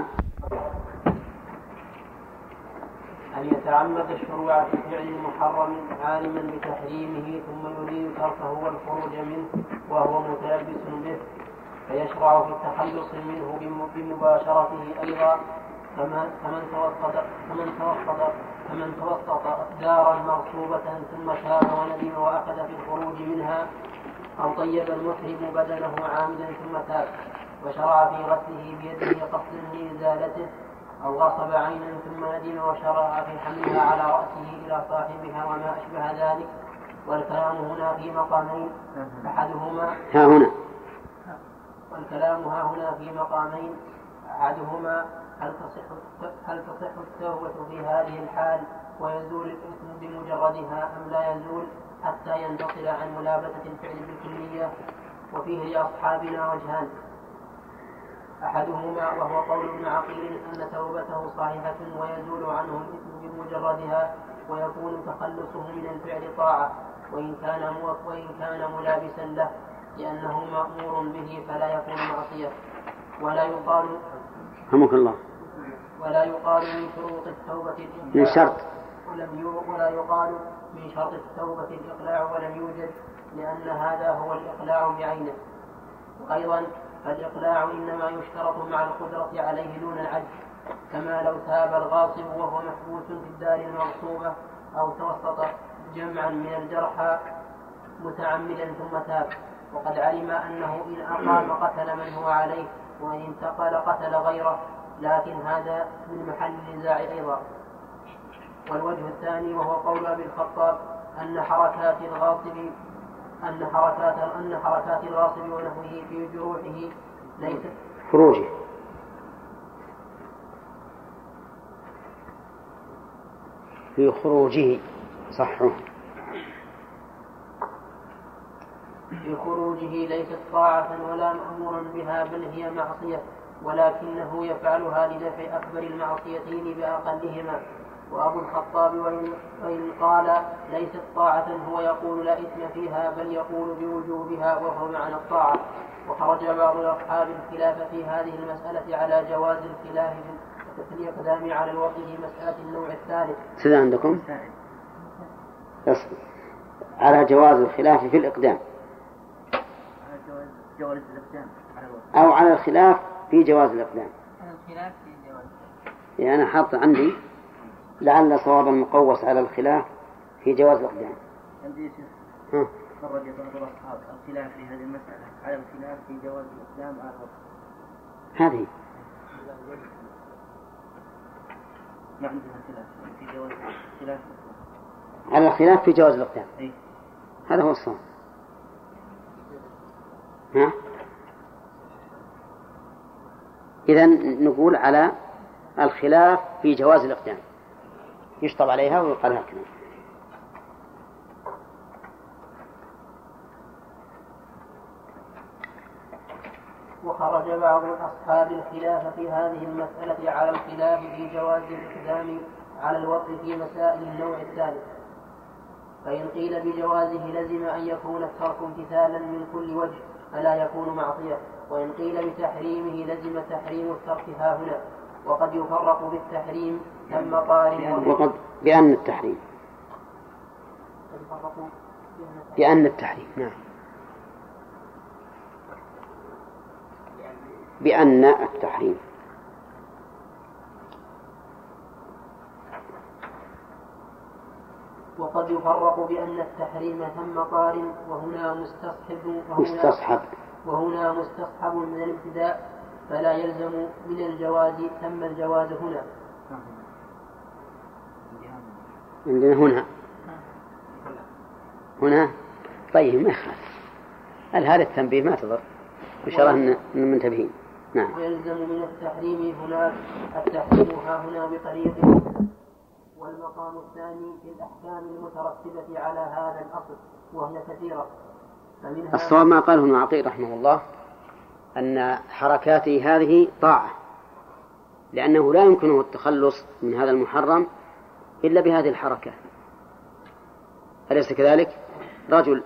أن يتعمد الشروع في فعل محرم عالما بتحريمه ثم يريد تركه والخروج منه وهو متلبس به، فيشرع في التخلص منه بمباشرته أيضا، فمن توسط دارا مغصوبة ثم تاب وندم وأخذ في الخروج منها، أو طيب المحرم بدنه عامدا ثم تاب وشرع في غسله بيده قصدا لإزالته، أو غصب عينا ثم ندم وشرع في حملها على رأسه إلى صاحبها وما أشبه ذلك. والكلام هنا في مقامين: أحدهما هل تصح التوبة في هذه الحال ويزول الإثم بمجردها أم لا يزول حتى ينفصل عن ملابسة الفعل بالكلية. وفيه لأصحابنا وجهان: أحدهما وهو قول ابن عقيل أن توبته صحيحة ويزول عنه الإثم بمجردها، ويكون تخلصه من الفعل طاعة وإن كان ملابسا له، لأنه مأمور به فلا يكون معصية. ولا يقال من شروط التوبة ولا يقال من شرط التوبة الإقلاع ولم يوجد، لأن هذا هو الإقلاع بعينه. وأيضا فالإقلاع إنما يشترط مع القدرة عليه دون العجز، كما لو تاب الغاصب وهو محبوس في الدار المغصوبة، أو توسط جمعا من الجرحى متعمدا ثم تاب وقد علم أنه إن أقام قتل من هو عليه، وإن انتقل قتل غيره، لكن هذا من محل النزاع أيضا. والوجه الثاني وهو قول أبي الخطاب أن حركات الغاصب ونحوه في جروحه ليست خروجه في خروجه صحه في خروجه ليست طاعة ولا مأمورا بها بل هي معصية، ولكنه يفعلها لدفع أكبر المعصيتين بأقلهما. وأبو الخطاب وإن قال ليست طاعة هو يقول لا إثم فيها بل يقول بوجوبها وهو معنى الطاعة. وخرج بعض أصحاب الخلاف في هذه المسألة على جواز الخلاف في الإقدام على الوضع في مسألة النوع الثالث. سيدة عندكم على جواز الخلاف في الإقدام جواز الإقدام أو على الخلاف في جواز الإقدام. الخلاف في جواز يعني أنا حاط عندي لعل صواب المقوس على الخلاف في جواز الإقدام. عندي خرج بعض الأصحاب الخلاف في هذه المسألة على الخلاف في جواز الإقدام على الوضع. هذه ما عندنا خلاف في جواز الخلاف على الخلاف في جواز الإقدام. أي. هذا هو الصواب. ها؟ إذن نقول على الخلاف في جواز الإقدام يشطب عليها ويقال هكذا. وخرج بعض أصحاب الخلاف في هذه المسألة على الخلاف في جواز الإقدام على الوطء في مسائل النوع الثالث. فإن قيل بجوازه لزم أن يكون الترك امتثالا من كل وجه فلا يكون معصية، وإن قيل بتحريمه لزم تحريم الترك ها هنا. وقد يفرق بالتحريم ثم قارن وقد بأن التحريم بأن التحريم نعم بأن التحريم وقد يفرق بأن التحريم ثم قارن وهنا مستصحب من الابتداء فلا يلزم من الجواز ثم الجواز هنا. عندنا هنا طيب ما يخالف هذا التنبيه ما تضر إن شاء الله منتبهين. نعم. ويلزم من التحريم هناك التحريم ها هنا بطريق. والمقام الثاني في الأحكام المترتبة على هذا الأصل وهي كثيرة. الصواب ما قاله ابن عقيل رحمه الله أن حركاته هذه طاعة لأنه لا يمكنه التخلص من هذا المحرم إلا بهذه الحركة. أليس كذلك؟ رجل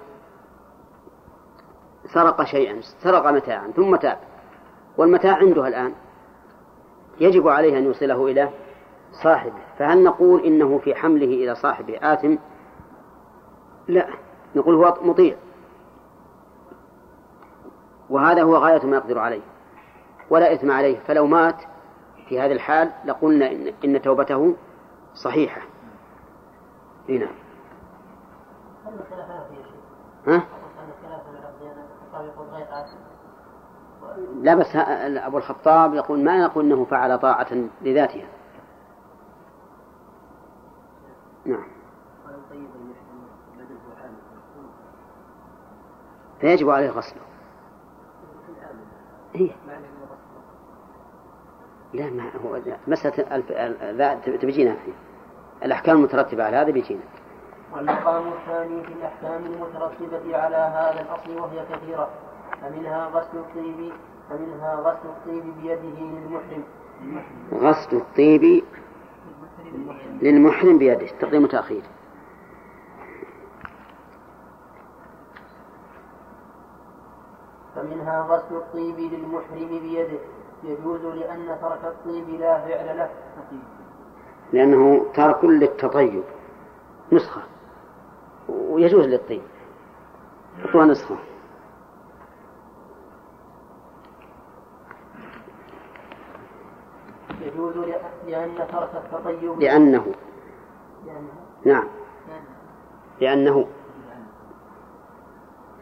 سرق شيئا سرق متاعا ثم تاب والمتاع عنده الآن يجب عليه أن يوصله إلى صاحبه، فهل نقول إنه في حمله إلى صاحبه آثم؟ لا، نقول هو مطيع وهذا هو غاية ما يقدر عليه ولا إثم عليه. فلو مات في هذه الحال لقلنا إن توبته صحيحة. هنا ها؟ لا بس أبو الخطاب يقول ما يقول إنه فعل طاعة لذاتها. نعم. فيجب عليه غسله. إيه؟ لا ما هو مسألة تبجينا فيه الأحكام المترتبة على هذا بيجينا. والمقام الثاني في الأحكام المترتبة على هذا الأصل وهي كثيرة. فمنها غسل الطيب بيده للمحرم. غسل الطيب للمحرم بيده تقديم وتأخير. فمنها غسل الطيب للمحرم بيده يجوز لأن ترك الطيب لا فعل له لأنه ترك للتطيب نسخة ويجوز للطيب هو نسخة. يجوز لأن ترك التطيب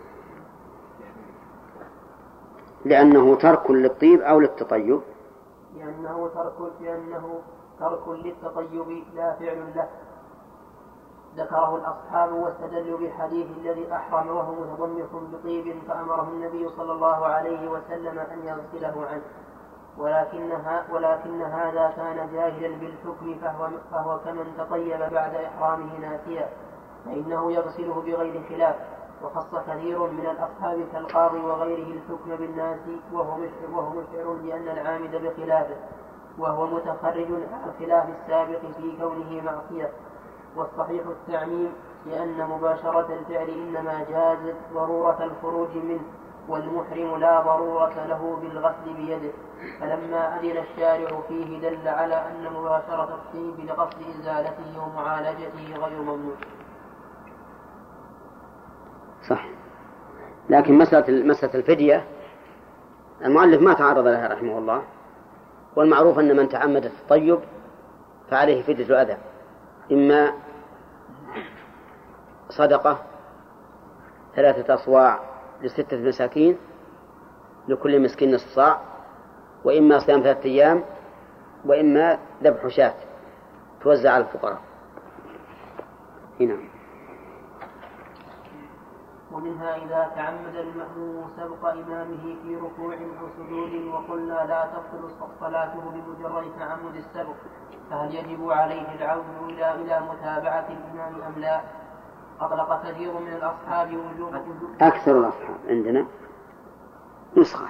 لأنه ترك للطيب أو للتطيب لأنه ترك للتطيب لا فعل له. ذكره الأصحاب واستدلوا بالحديث الذي أحرم وهو متضمخ بطيب فأمره النبي صلى الله عليه وسلم أن يغسله عنه، ولكن هذا كان جاهلا بالحكم فهو كمن تطيب بعد إحرامه ناسيا فإنه يغسله بغير خلاف. وخص كثير من الأصحاب كالقاضي وغيره الحكم بالناس وهو مشعر بأن العامد بخلافه، وهو متخرج عن الخلاف السابق في كونه معصية. والصحيح التعميم لأن مباشرة الفعل إنما جازت ضرورة الخروج منه، والمحرم لا ضرورة له بالغسل بيده، فلما أذن الشارع فيه دل على أن مباشرة الطيب لقصد إزالته ومعالجته غير ممنوع. صح. لكن مسألة الفدية المؤلف ما تعرض لها رحمه الله، والمعروف أن من تعمد التطيب فعليه فدية الأذى، إما صدقة 3 أصواع ل6 مساكين لكل مسكين نصف صاع، وإما صيام 3 أيام، وإما ذبح شاة توزع على الفقراء. هنا. ومنها إذا تعمد المأموم سبق إمامه في ركوع أو سجود وقلنا لا تبطل صلاته بمجرد تعمد السبق، فهل يجب عليه العود إلى متابعة الإمام أم لا؟ أطلق كثير من الأصحاب وجوب أكثر الأصحاب عندنا نسخة.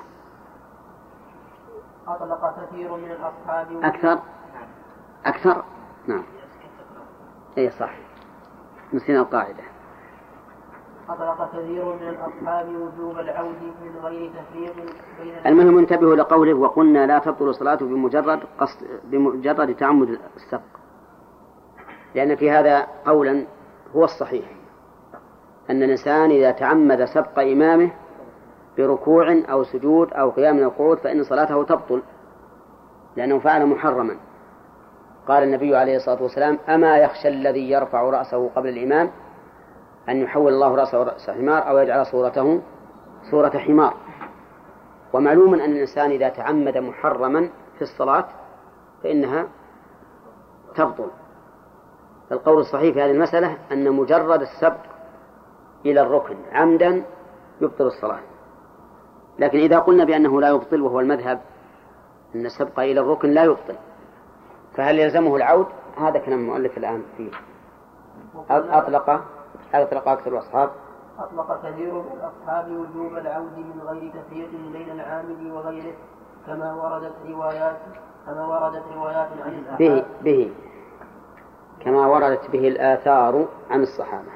أطلق كثير من الأصحاب أكثر نعم أي صح، نسينا القاعدة. أطلق كثير من الأصحاب وجوب العود من غير تفريق بين المهم انتبهوا لقوله وقلنا لا تبطل الصلاة بمجرد تعمد السبق، لأن في هذا قولا هو الصحيح، أن الإنسان إذا تعمد سبق إمامه بركوع أو سجود أو قيام أو قعود فإن صلاته تبطل، لأنه فعل محرما. قال النبي عليه الصلاة والسلام أما يخشى الذي يرفع رأسه قبل الإمام أن يحول الله رأسه رأس حمار أو يجعل صورته صورة حمار. ومعلوم أن الإنسان إذا تعمد محرما في الصلاة فإنها تبطل. فالقول الصحيح في هذه المسألة أن مجرد السبق إلى الركن عمدا يبطل الصلاة. لكن إذا قلنا بأنه لا يبطل وهو المذهب أن السبق إلى الركن لا يبطل، فهل يلزمه العود؟ هذا كلام المؤلف الآن فيه. أطلق أكثر الأصحاب. أطلق كثير من الأصحاب وجوب العود من غير تفريق بين العامد وغيره كما وردت روايات عن الصحابة كما وردت به الآثار عن الصحابة.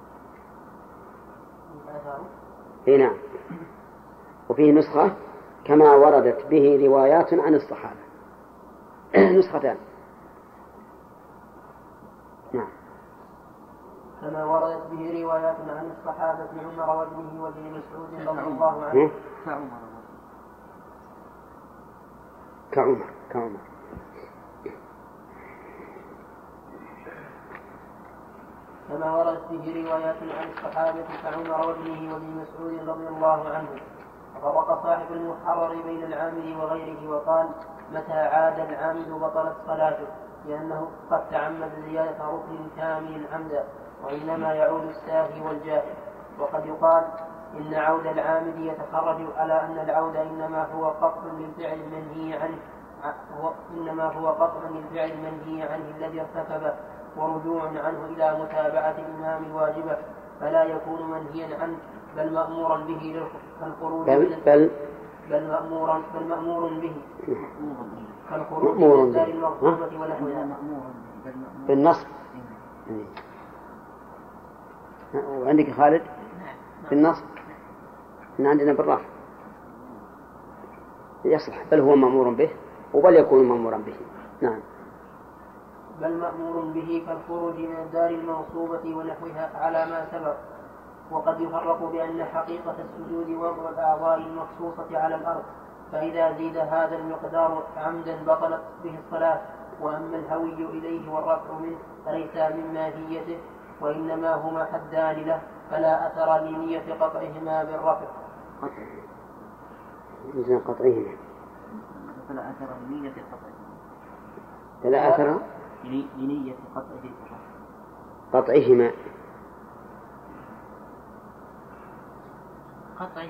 نعم. وفيه نسخة كما وردت به روايات عن الصحابة. نسختان. نعم. كما وردت به روايات عن الصحابة عمر وابنه وابن مسعود رضي الله عنه. كعمر. كما وردت به روايات عن الصحابة كعمر وابنه وابن مسعود رضي الله عنه. وفرق صاحب المحرر بين العامد وغيره وقال متى عاد العامد بطلت صلاته، لأنه قد تعمد زيادة ركن كامل عمدا، وإنما يعود الساهي والجاهل. وقد يقال إن عود العامد يتخرج على أن العود إنما هو قطع للفعل المنهي عنه الذي ارتكبه، ورجوع عنه إلى متابعة الإمام واجبة، فلا يكون منهيا عنه بل مأمورا به كالخروج بل مأمور به كالخروج من الدار المغصوبة ونحوها بالنصب. وعندك خالد بالنصب، إن عندنا بالرفع يصلح بل هو مأمور به وبل يكون مأمورا به. نعم. بل مأمور به كالخروج من الدار المغصوبة ونحوها على ما سبق. وقد يفرق بأن حقيقة السجود وضع الأعضاء المخصوصة على الأرض، فإذا زيد هذا المقدار عمدا بطلت به الصلاة. وأما الهوي إليه والرفع منه فليس من ماهيته، وإنما هما حدان له، فلا أثر لنية قطعهما بالرفع. قطعهما فلا أثر لنية قطعه. فلا أثر لنية قطعهما. قطعه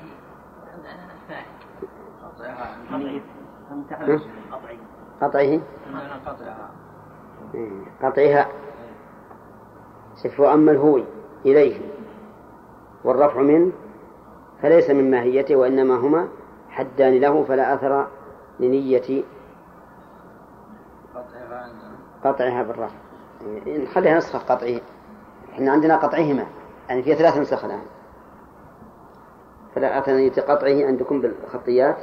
قطعها. شوفوا أما الهوي إليه والرفع منه فليس من ماهيته وإنما هما حدان له فلا أثر لنية قطعها بالرفع. نخليها نسخة قطعه. إحنا عندنا قطعهما يعني فيها 3 نسخ الآن. فلا أثر لنية قطعه عندكم بالخطيات.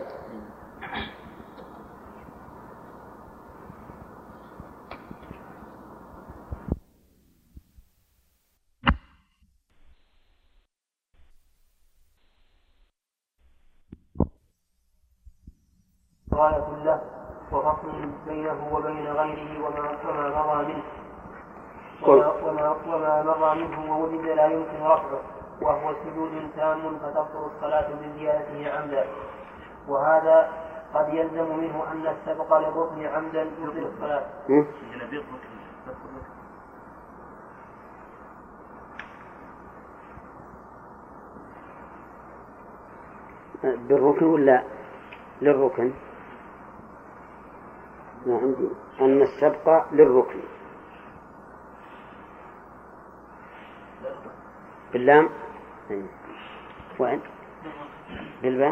غاية له وفصل بينه وبين غيره وما مضى منه وما مضى منه ووجد لا يمكن رفعه وهو سجود تام فتبطل الصلاة بزيادته عمدا. وهذا قد يلزم منه أن السبق للركن عمدا يبطل الصلاة. بالركن ولا للركن؟ ما عندي أن السبق للركن باللام وين بالباء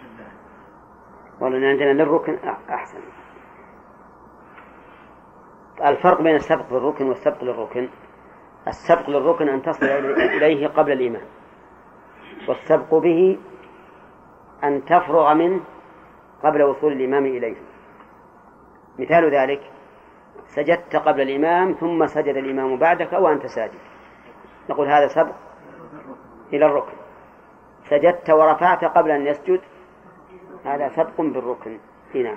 والله عندنا للركن أحسن. الفرق بين السبق بالركن والسبق للركن: السبق للركن أن تصل إليه قبل الإمام، والسبق به أن تفرغ منه قبل وصول الإمام إليه. مثال ذلك: سجدت قبل الإمام ثم سجد الإمام بعدك وأنت ساجد، نقول هذا سبق إلى الركن. سجدت ورفعت قبل أن يسجد، هذا سبق بالركن. هنا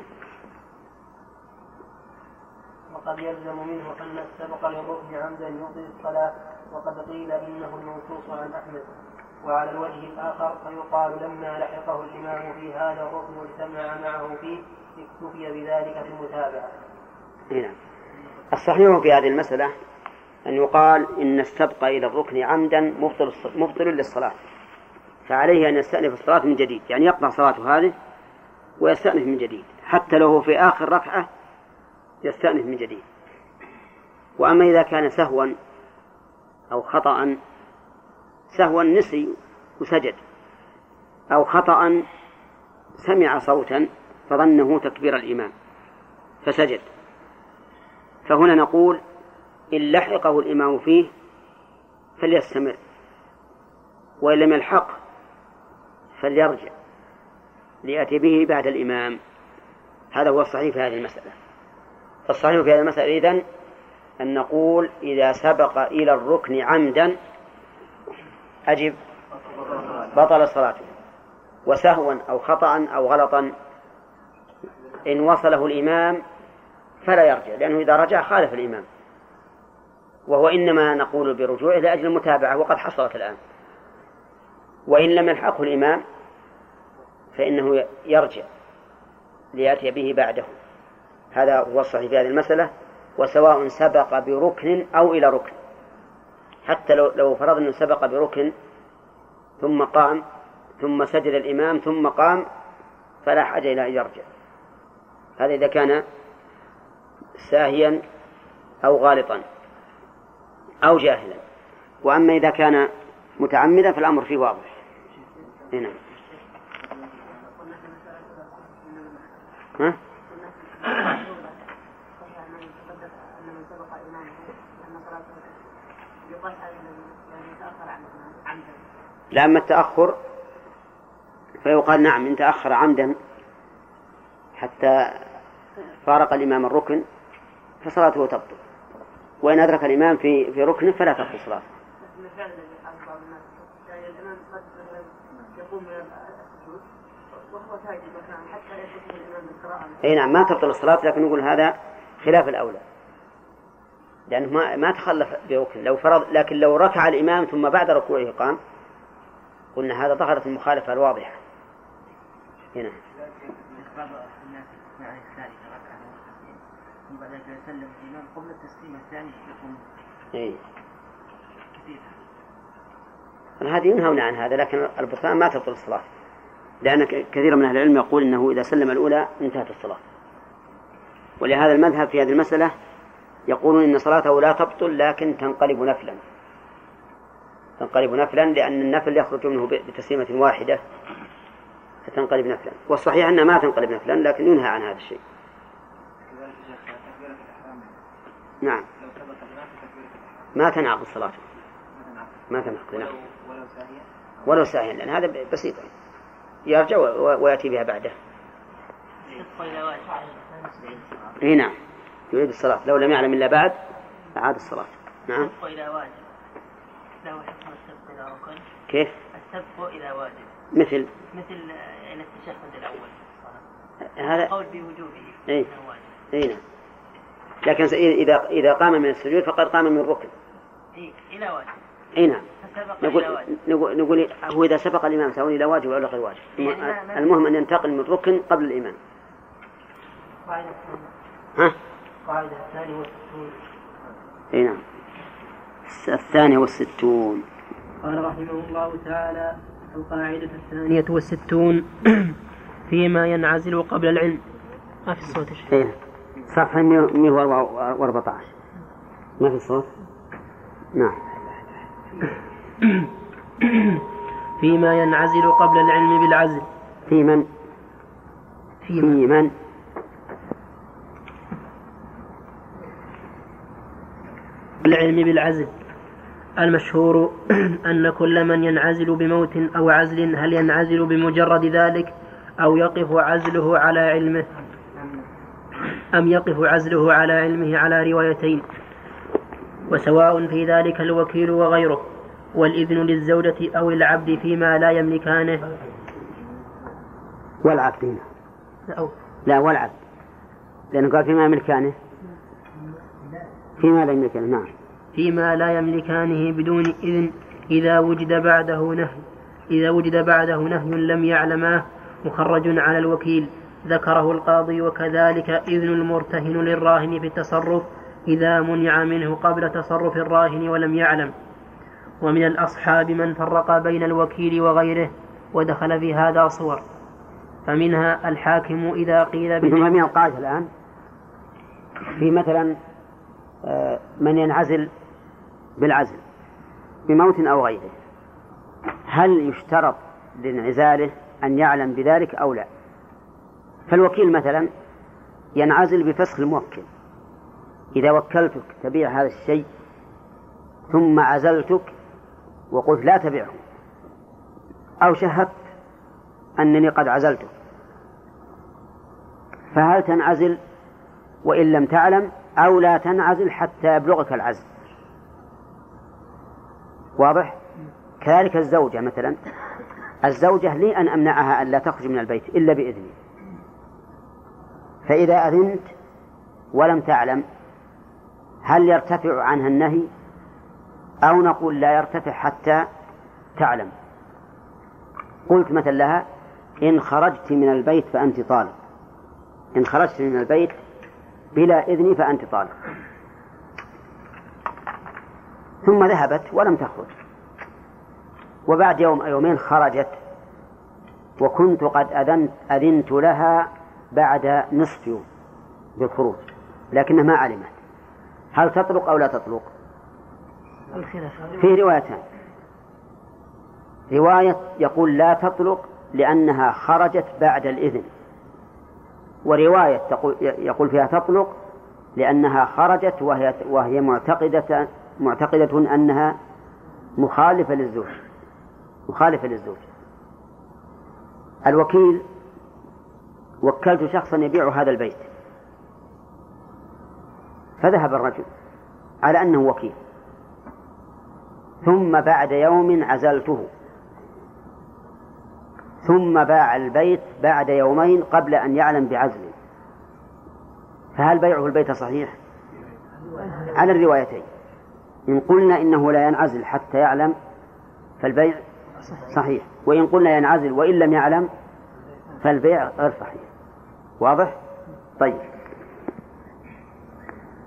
وقد يلزم منه أن السبق للركن عمدا يبطل الصلاة، وقد قيل إنه المنصوص عن أحمد. وعلى الوجه الآخر فيقال لما لحقه الإمام في هذا الركن واجتمع معه فيه اكتفي بذلك في المتابعة. هنا الصحيح في هذه المسألة أن يقال إن السبق إلى الركن عمدا مبطل للصلاة، فعليه أن يستأنف الصلاة من جديد، يعني يقطع صلاته هذه ويستأنف من جديد، حتى لو في آخر ركعة يستأنف من جديد. وأما إذا كان سهوا أو خطأ، سهوا نسي وسجد، أو خطأ سمع صوتا فظنه تكبير الإمام فسجد، فهنا نقول إن لحقه الإمام فيه فليستمر، وإن لم يلحق فليرجع ليأتي به بعد الإمام. هذا هو الصحيح في هذه المسألة. فالصحيح في هذه المسألة إذن أن نقول إذا سبق إلى الركن عمدا أجب بطل صلاته، وسهوا أو خطأ أو غلطا إن وصله الإمام فلا يرجع، لأنه إذا رجع خالف الإمام، وهو إنما نقول برجوعه لأجل المتابعة وقد حصلت الآن. وإن لم يلحقه الإمام فإنه يرجع ليأتي به بعده. هذا هو الصحيح في هذه المسألة. وسواء سبق بركن أو إلى ركن، حتى لو فرض أنه سبق بركن ثم قام ثم سجد الإمام ثم قام فلا حاجة إلى أن يرجع. هذا إذا كان ساهيا أو غالطا أو جاهلا. وأما إذا كان متعمدا فالأمر فيه واضح. هنا لأما التأخر فيقال نعم إن تأخر عمدا حتى فارق الإمام الركن فصلاته تبطل، وإن أدرك الإمام في ركنه فلا تبطل صلاته. أي نعم ما تبطل الصلاة، لكن نقول هذا خلاف الأولى، لأنه ما تخلف بركن. لو فرض، لكن لو ركع الإمام ثم بعد ركوعه قام قلنا هذا ظهرت المخالفة الواضحة. هنا بعض الناس مع بعد ذلك يسلم الإمام قبل التسليم الثاني يكون هذه ينهون عن هذا، لكن البطلان ما تبطل الصلاة، لأن كثير من أهل العلم يقول إنه إذا سلم الأولى انتهت الصلاة. ولهذا المذهب في هذه المسألة يقولون إن صلاته لا تبطل لكن تنقلب نفلا، لأن النفل يخرج منه بتسليمة واحدة فتنقلب نفلا، والصحيح أنها ما تنقلب نفلا لكن ينهى عن هذا الشيء. نعم ما تنعقد الصلاة، ما تنعقد ولو ساهيا، لأن هذا بسيط يرجع ويأتي بها بعده. نعم يريد الصلاة لو لم يعلم إلا بعد أعاد الصلاة. نعم له حكم السبق إذا ركن. كيف؟ السبق إذا واجب. مثل التشهد الأول. هذا قول بوجوبه. إيه نعم. لكن إذا قام من السجود فقد قام من الركن. إلى واجب. نعم. نقول هو إذا سبق الإمام سواء إلى واجب أو غير واجب. المهم أن ينتقل من الركن قبل الإمام. قاعدة 62. نعم 62. قال رحمه الله تعالى: القاعدة 62 فيما ينعزل قبل العلم. ما في الصوت شيء. صفحة 114 ما في الصوت. نعم. فيما ينعزل قبل العلم بالعزل. في من العلم بالعزل. المشهور أن كل من ينعزل بموت أو عزل هل ينعزل بمجرد ذلك أو يقف عزله على علمه أم يقف عزله على علمه على روايتين، وسواء في ذلك الوكيل وغيره، والإذن للزوجة أو العبد فيما لا يملكانه. والعبد لا والعبد، لأنه قال فيما يملكانه، فيما لا يملكانه. نعم فيما لا يملكانه بدون إذن إذا وجد بعده نهي لم يعلماه مخرج على الوكيل ذكره القاضي. وكذلك إذن المرتهن للراهن في التصرف إذا منع منه قبل تصرف الراهن ولم يعلم. ومن الأصحاب من فرق بين الوكيل وغيره ودخل في هذا صور، فمنها الحاكم إذا قيل من القاعدة الآن في مثلا من ينعزل بالعزل بموت أو غيره، هل يشترط لانعزاله أن يعلم بذلك أو لا؟ فالوكيل مثلا ينعزل بفسخ الموكل، إذا وكلتك تبيع هذا الشيء ثم عزلتك وقلت لا تبيعه، أو شهدت أنني قد عزلته، فهل تنعزل وإن لم تعلم أو لا تنعزل حتى يبلغك العزل؟ واضح؟ كذلك الزوجة مثلا، الزوجة لي أن أمنعها أن لا تخرج من البيت إلا بإذني، فإذا أذنت ولم تعلم هل يرتفع عنها النهي أو نقول لا يرتفع حتى تعلم؟ قلت مثلا لها إن خرجت من البيت فأنت طالق، إن خرجت من البيت بلا إذن فأنت طالق، ثم ذهبت ولم تخرج، وبعد يوم أو يومين خرجت وكنت قد أذنت لها بعد نصف يوم بالخروج لكنها ما علمت، هل تطلق أو لا تطلق؟ في روايتان، رواية يقول لا تطلق لأنها خرجت بعد الإذن، ورواية يقول فيها تطلق لأنها خرجت وهي معتقدة أنها مخالفة للزوج. الوكيل وكلت شخصا يبيع هذا البيت، فذهب الرجل على أنه وكيل، ثم بعد يوم عزلته، ثم باع البيت بعد يومين قبل أن يعلم بعزله، فهل بيعه البيت صحيح؟ على الروايتين. إن قلنا إنه لا ينعزل حتى يعلم فالبيع صحيح، وإن قلنا ينعزل وإن لم يعلم فالبيع غير صحيح. واضح؟ طيب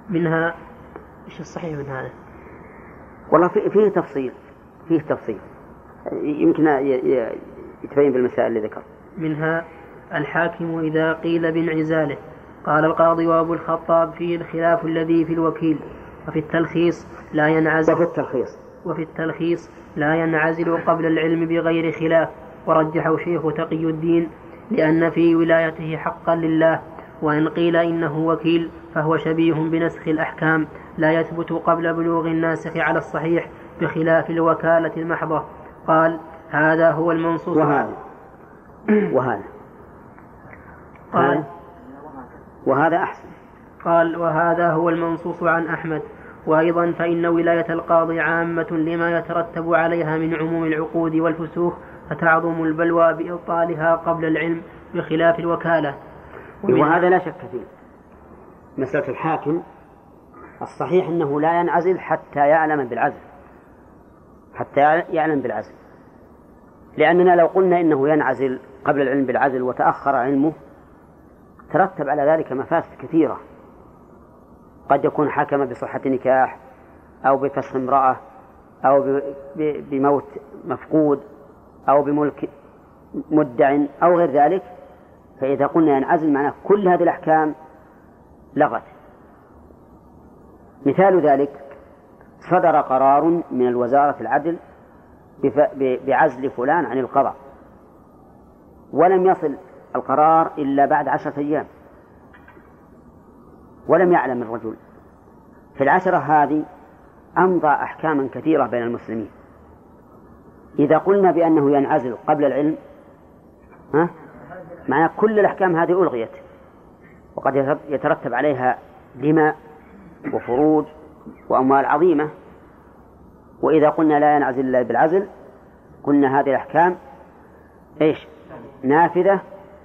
منها إيش الصحيح من هذا؟ والله فيه تفصيل يمكن يتبين بالمسائل اللي ذكر. منها الحاكم إذا قيل بانعزاله. قال القاضي وأبو الخطاب فيه الخلاف الذي في الوكيل. وفي التلخيص لا ينعزل قبل العلم بغير خلاف، ورجحه شيخ تقي الدين لأن في ولايته حقا لله. وإن قيل إنه وكيل فهو شبيه بنسخ الأحكام لا يثبت قبل بلوغ الناسخ على الصحيح بخلاف الوكالة المحضة. قال هذا هو المنصوص وهذا أحسن. قال وهذا هو المنصوص عن أحمد. وأيضا فإن ولاية القاضي عامة لما يترتب عليها من عموم العقود والفسوخ، فتعظم البلوى بإبطالها قبل العلم بخلاف الوكالة. وهذا لا شك فيه. مسألة الحاكم الصحيح أنه لا ينعزل حتى يعلم بالعزل، لأننا لو قلنا إنه ينعزل قبل العلم بالعزل وتأخر علمه ترتب على ذلك مفاسد كثيرة. قد يكون حكم بصحة نكاح أو بفسخ امرأة أو بموت مفقود أو بملك مدع أو غير ذلك. فإذا قلنا ينعزل معناه كل هذه الأحكام لغت. مثال ذلك صدر قرار من الوزارة العدل بعزل فلان عن القضاء، ولم يصل القرار إلا بعد 10 أيام، ولم يعلم الرجل. في ال10 هذه أمضى أحكاما كثيرة بين المسلمين. إذا قلنا بأنه ينعزل قبل العلم معنى كل الأحكام هذه ألغيت، وقد يترتب عليها دماء وفروج وأموال عظيمة. وإذا قلنا لا ينعزل إلا بالعزل قلنا هذه الأحكام نافذة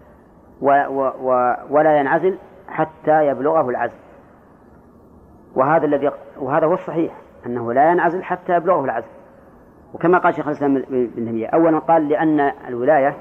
ولا ينعزل حتى يبلغه العزل. وهذا هو الصحيح أنه لا ينعزل حتى يبلغه العزل. وكما قال شيخ الإسلام ابن تيمية أولا قال لأن الولاية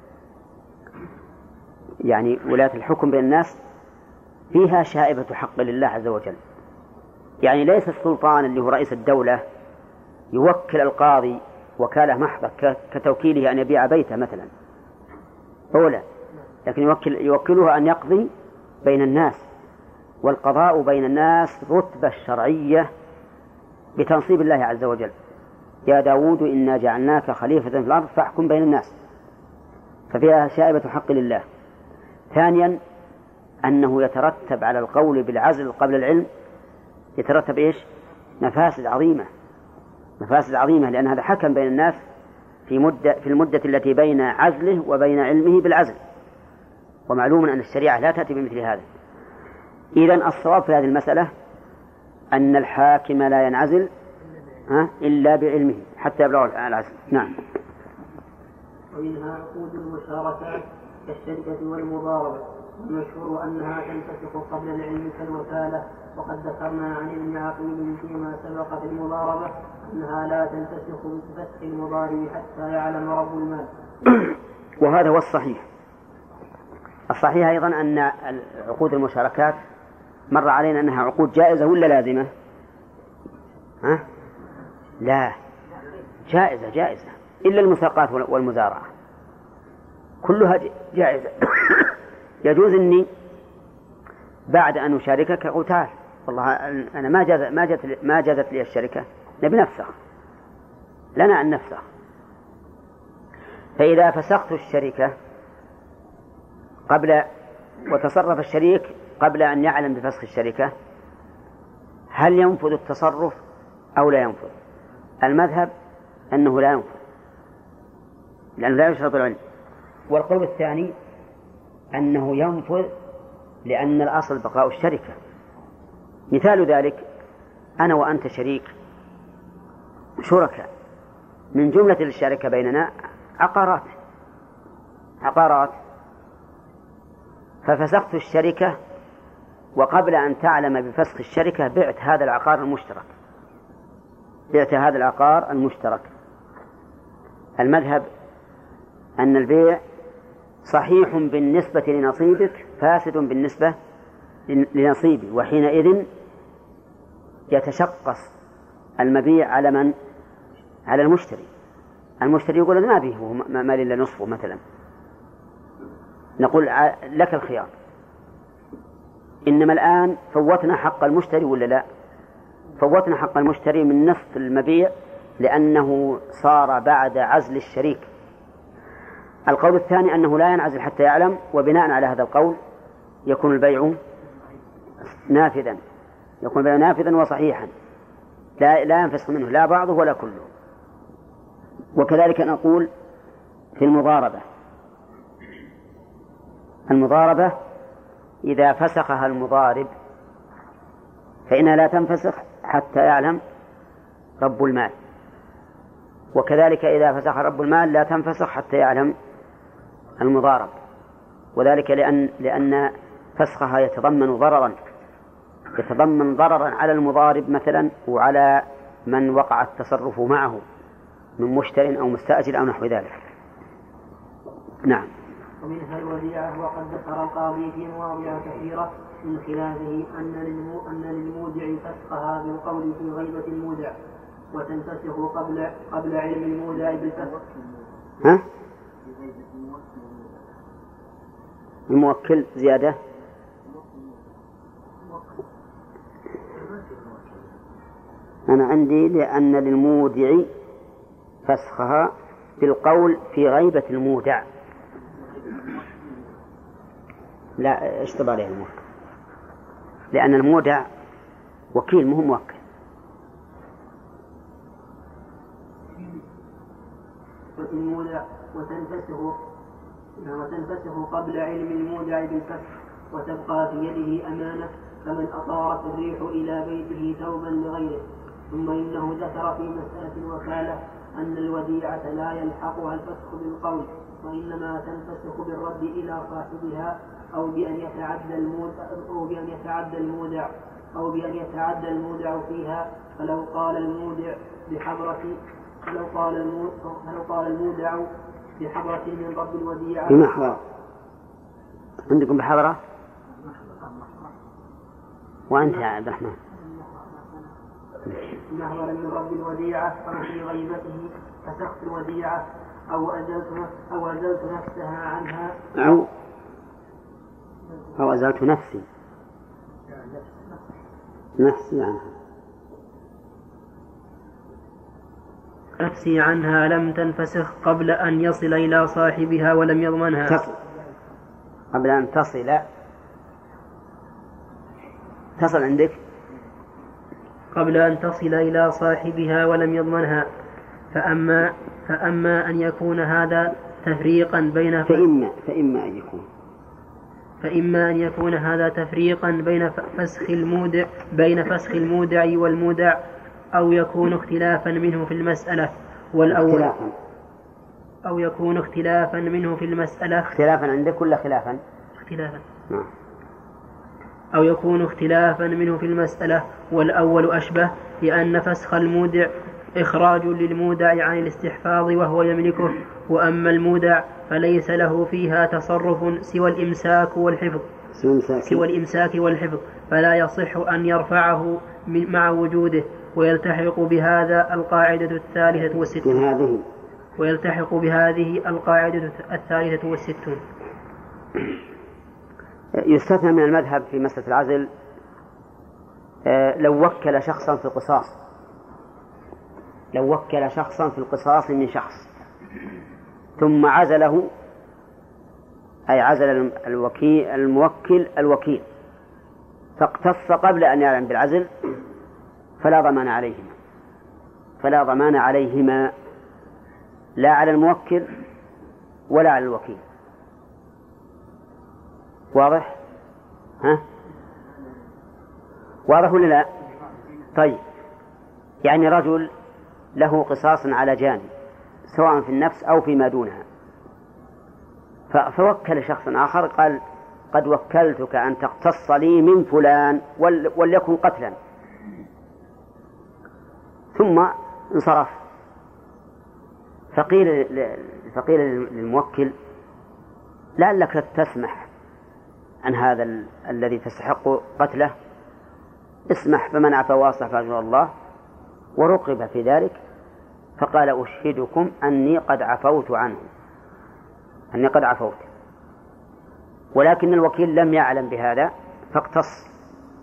يعني ولاية الحكم بين الناس فيها شائبة حق لله عز وجل. يعني ليس السلطان اللي هو رئيس الدولة يوكل القاضي وكالة محضة كتوكيله أن يبيع بيته مثلا أولا، لكن يوكله أن يقضي بين الناس. والقضاء بين الناس رتبة الشرعية بتنصيب الله عز وجل. يا داود إنا جعلناك خليفة في الأرض فاحكم بين الناس، ففيها شائبة حق لله. ثانيا أنه يترتب على القول بالعزل قبل العلم يترتب مفاسد عظيمة، لأن هذا حكم بين الناس في المدة التي بين عزله وبين علمه بالعزل، ومعلوم أن الشريعة لا تأتي بمثل هذا. إذن الصواب في هذه المسألة أن الحاكم لا ينعزل إلا بعلمه حتى يبلغ العزل. نعم. ومنها عقود المشاركات كالشركة والمضاربة، والمشهور أنها تنفسخ قبل العلم كالوكالة. وقد ذكرنا عن ابن عقيل فيما سبق في المضاربة أنها لا تنفسخ بفسخ المضارب حتى يعلم رب المال. وهذا هو الصحيح أيضا أن عقود المشاركات مر علينا أنها عقود جائزة ولا لازمة؟ لا، جائزة إلا المساقات والمزارعة كلها جائزة. يجوز أني بعد أن أشاركك أقول تعال والله أنا ما جازت لي الشركة، نبي نفسخ، لنا أن نفسخ. فإذا فسخت الشركة وتصرف الشريك قبل أن يعلم بفسخ الشركة، هل ينفذ التصرف أو لا ينفذ؟ المذهب أنه لا ينفذ لأنه لا يشرط العلم. والقول الثاني أنه ينفذ لأن الأصل بقاء الشركة. مثال ذلك أنا وأنت شركاء، من جملة الشركة بيننا عقارات، ففسخت الشركة وقبل أن تعلم بفسخ الشركة بعت هذا العقار المشترك. المذهب أن البيع صحيح بالنسبة لنصيبك فاسد بالنسبة لنصيبي، وحينئذ يتشقص المبيع على من؟ على المشتري. المشتري يقول أنا ما به مال إلا نصفه مثلا، نقول لك الخيار. إنما الآن فوتنا حق المشتري ولا لا؟ فوتنا حق المشتري من نصف المبيع لأنه صار بعد عزل الشريك. القول الثاني أنه لا ينعزل حتى يعلم، وبناء على هذا القول يكون البيع نافذا، يكون البيع نافذا وصحيحا لا ينفسخ منه لا بعضه ولا كله. وكذلك نقول في المضاربة إذا فسخها المضارب فإنها لا تنفسخ حتى يعلم رب المال، وكذلك إذا فسخ رب المال لا تنفسخ حتى يعلم المضارب، وذلك لأن فسخها يتضمن ضررا على المضارب مثلا وعلى من وقع التصرف معه من مشتر أو مستأجر أو نحو ذلك. نعم. ومنها الوديعة، وقد ذكر القاضي في مواضع كثيرة من خلافه أن للمودع فسخها بالقول في غيبة المودع، وتنفسخ قبل علم المودع بالفسخ. الموكل زيادة. أنا عندي لأن للمودع فسخها بالقول في غيبة المودع. لا اشتبه عليه الموكل، لأن المودع وكيل مهم موكل. المودع وتنفسخ قبل علم المودع بالفسخ، وتبقى في يده أمانة كمن أطارت الريح إلى بيته ثوبا لغيره. ثم إنه ذكر في مسألة الوكالة أن الوديعة لا يلحقها الفسخ بالقول، وإنما تنفسخ بالرد إلى صاحبها أو بأن يتعدى المودع فيها. فلو قال المودع بحضرة من رب الوديعة بمحضر. عندكم بحضرة؟ وأنت يا عبد الرحمن محضر من رب الوديعة ففي غيبته فسخت الوديعة أو أزلت نفسها عنها أو أزلت نفسي عنها. نفسي عنها لم تنفسخ قبل أن يصل إلى صاحبها ولم يضمنها. قبل أن تصل عندك قبل أن تصل إلى صاحبها ولم يضمنها. فأما أن يكون هذا تفريقا بين فإما أن يكون هذا تفريقا بين فسخ المودع والمودع، أو يكون اختلافا منه في المسألة والأول أو يكون اختلافا منه في المسألة. اختلافا عندك ولا خلافا؟ اختلافا. أو يكون اختلافا منه في المسألة والأول أشبه، لأن فسخ المودع إخراج للمودع عن الاستحفاظ وهو يملكه، وأما المودع فليس له فيها تصرف سوى الإمساك والحفظ، فلا يصح أن يرفعه مع وجوده. ويلتحق بهذا القاعدة الثالثة والستون. يستثنى من المذهب في مسألة العزل لو وكل شخصا في القصاص من شخص ثم عزله، أي عزل الموكل فاقتص قبل أن يعلم بالعزل، فلا ضمان عليهما لا على الموكل ولا على الوكيل. واضح؟ واضح ولا لا؟ طيب، يعني رجل له قصاص على جاني سواء في النفس أو فيما دونها، فوكل شخص آخر قال قد وكلتك أن تقتص لي من فلان وليكن قتلا، ثم انصرف. فقيل للموكل لعلك تسمح عن هذا الذي تستحق قتله، اسمح فمن عفا وأصلح فأجر الله، ورقب في ذلك فقال أشهدكم أني قد عفوت عنه، أني قد عفوت. ولكن الوكيل لم يعلم بهذا فاقتص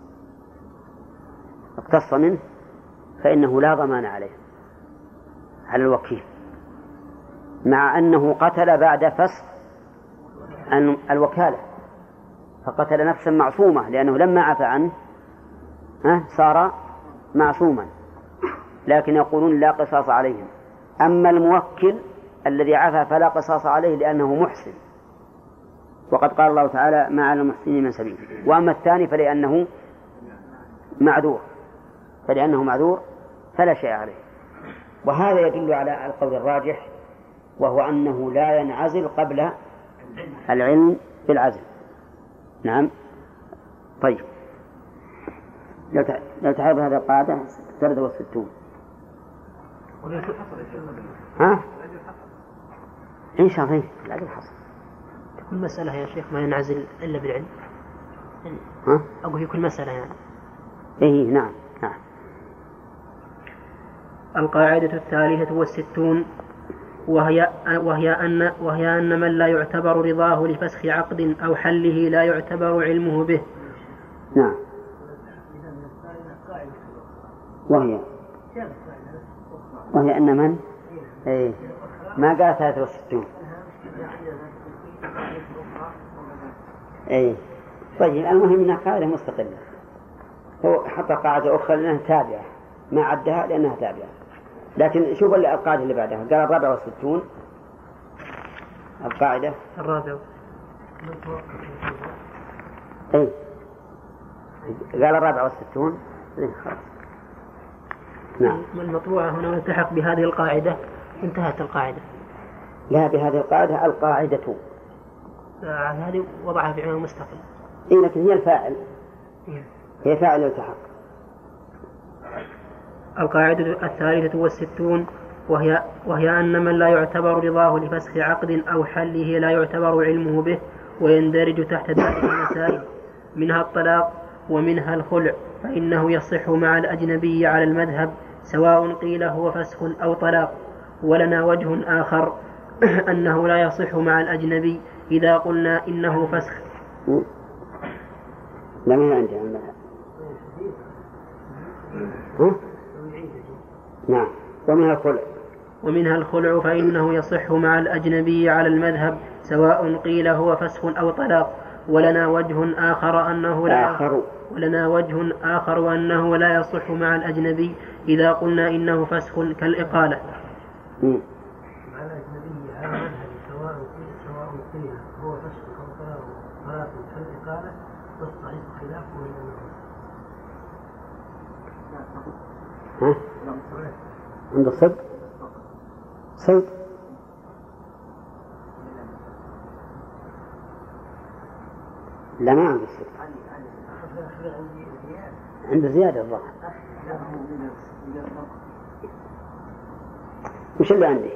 منه، فإنه لا ضمان عليه على الوكيل، مع أنه قتل بعد فسخ الوكالة، فقتل نفسا معصومة، لأنه لما عفى عنه صار معصوما. لكن يقولون لا قصاص عليهم. أما الموكل الذي عفى فلا قصاص عليه لأنه محسن، وقد قال الله تعالى ما على المحسنين من سبيل. وأما الثاني فلأنه معذور فلا شيء عليه. وهذا يدل على القول الراجح، وهو أنه لا ينعزل قبل العلم بالعزل. نعم. طيب، لو تعرف هذه القاعدة 63. ها؟ إن شاء الله العدل حصل. كل مسألة يا شيخ ما ينعزل إلا بالعلم. ها؟ أقول في كل مسألة يعني. إيه نعم. القاعدة 63 وهي أن من لا يعتبر رضاه لفسخ عقد أو حله لا يعتبر علمه به. نعم. وهي أن من ما قال 63. طيب، المهم أنها قاعدة مستقلة. هو حط قاعدة أخرى لأنها تابعة، ما عدها لأنها تابعة. لكن شوف القاعدة اللي بعدها، قال 64 القاعدة الرابعة. قال 64. خلاص. نعم. المطبوعة هنا والتحق بهذه القاعدة انتهت القاعدة. لا، بهذه القاعدة القاعدة هذه وضعها في عنوان مستقل. لكن هي الفاعل. هي فاعل التحق. القاعدة 63 وهي أن من لا يعتبر رضاه لفسخ عقد أو حله لا يعتبر علمه به، ويندرج تحت ذلك المسائل، منها الطلاق ومنها الخلع، فإنه يصح مع الأجنبي على المذهب سواء قيل هو فسخ أو طلاق. ولنا وجه آخر أنه لا يصح مع الأجنبي إذا قلنا إنه فسخ. لا، ما عندي المذهب. نعم. ومنها الخلع فإنه يصح مع الأجنبي على المذهب سواء قيل هو فسخ أو طلاق. ولنا وجه آخر أنه لا يصح مع الأجنبي إذا قلنا إنه فسخ كالإقالة. مع الأجنبي على المذهب سواء قيل هو فسخ أو طلاق كالإقالة، والصحيح خلافه عند الصدق لا، ما عند الصدق، عند زيادة الظهر. وش اللي عندي؟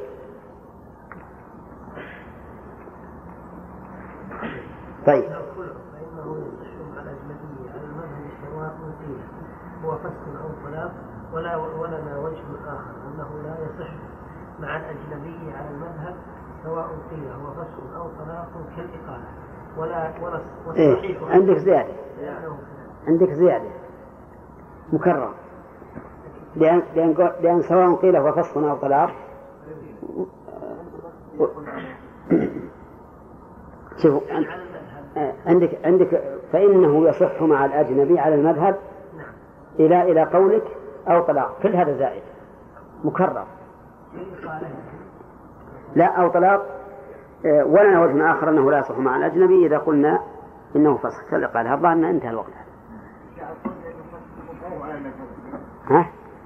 طيب. فإنه يصح مع الأجنبي على المذهب سواء قيل هو فسخ أو طلاق. ولنا وجه آخر أنه لا يصح مع الأجنبي على المذهب سواء قيل هو فسخ أو طلاق كالإقالة. عندك زيادة مكرر، لأن سواء قيل هو فسخ أو طلاق. شوفوا، عندك فإنه يصح مع الأجنبي على المذهب إلى قولك أو طلاق، كل هذا زائد مكرر. لا، أو طلاق. ولنا وجه آخر أنه لا يصح مع الأجنبي إذا قلنا إنه فسخ كالإقالة. الظاهر أن انتهى الوقت. ها؟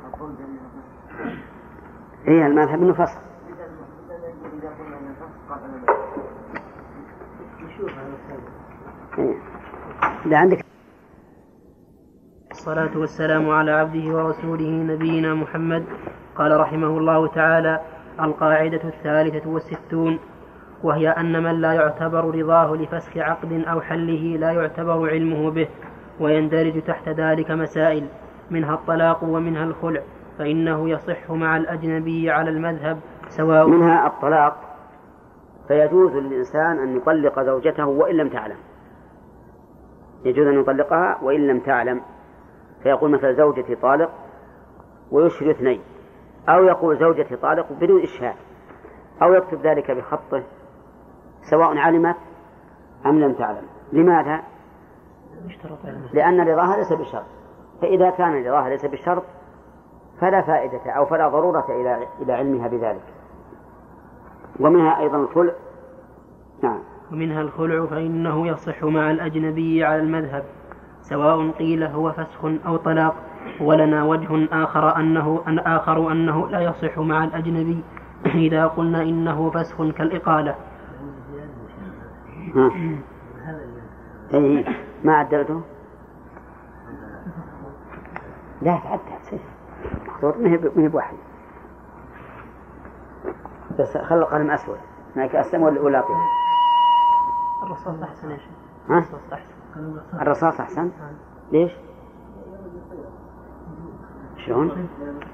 إيه، المذهب إنه فسخ. لا، عندك. الصلاة والسلام على عبده ورسوله نبينا محمد. قال رحمه الله تعالى: القاعدة 63 وهي أن من لا يعتبر رضاه لفسخ عقد أو حله لا يعتبر علمه به، ويندرج تحت ذلك مسائل منها الطلاق ومنها الخلع، فإنه يصح مع الأجنبي على المذهب سواء. منها الطلاق، فيجوز للإنسان أن يطلق زوجته وإن لم تعلم، يجوز أن يطلقها وإن لم تعلم، فيقول مثلا زوجتي طالق ويشهر اثنين، أو يقول زوجتي طالق بدون إشهاد، أو يكتب ذلك بخطه سواء علمت أم لم تعلم. لماذا؟ لأن رضاها ليس بشرط، فإذا كان رضاها ليس بشرط فلا فائدة أو فلا ضرورة إلى علمها بذلك. ومنها أيضا الخلع. نعم. ومنها الخلع، فإنه يصح مع الأجنبي على المذهب سواء قيل هو فسخ أو طلاق. ولنا وجه آخر أنه لا يصح مع الأجنبي إذا قلنا إنه فسخ كالإقالة. أي ما عدلته؟ لا تعدل مخطوط مهب واحد، بس خلق قلم أسود هناك أسلم ولا أطيب؟ الرصاص أحسن يا شيخ. الرصاص أحسن. الرصاص أحسن. ليش؟ شلون؟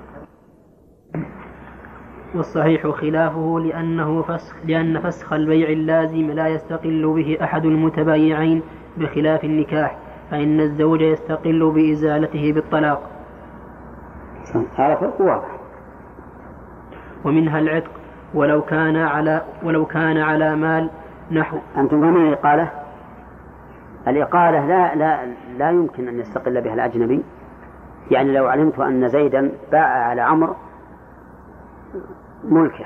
والصحيح خلافه لأن فسخ البيع اللازم لا يستقل به أحد المتبايعين بخلاف النكاح، فإن الزوج يستقل بإزالته بالطلاق. هذا فرق واضح. ومنها العتق ولو كان على مال نحو. أنتم فهمين الإقالة؟ الإقالة لا يمكن أن يستقل بها الأجنبي. يعني لو علمت أن زيدا باع على عمرو ملكه،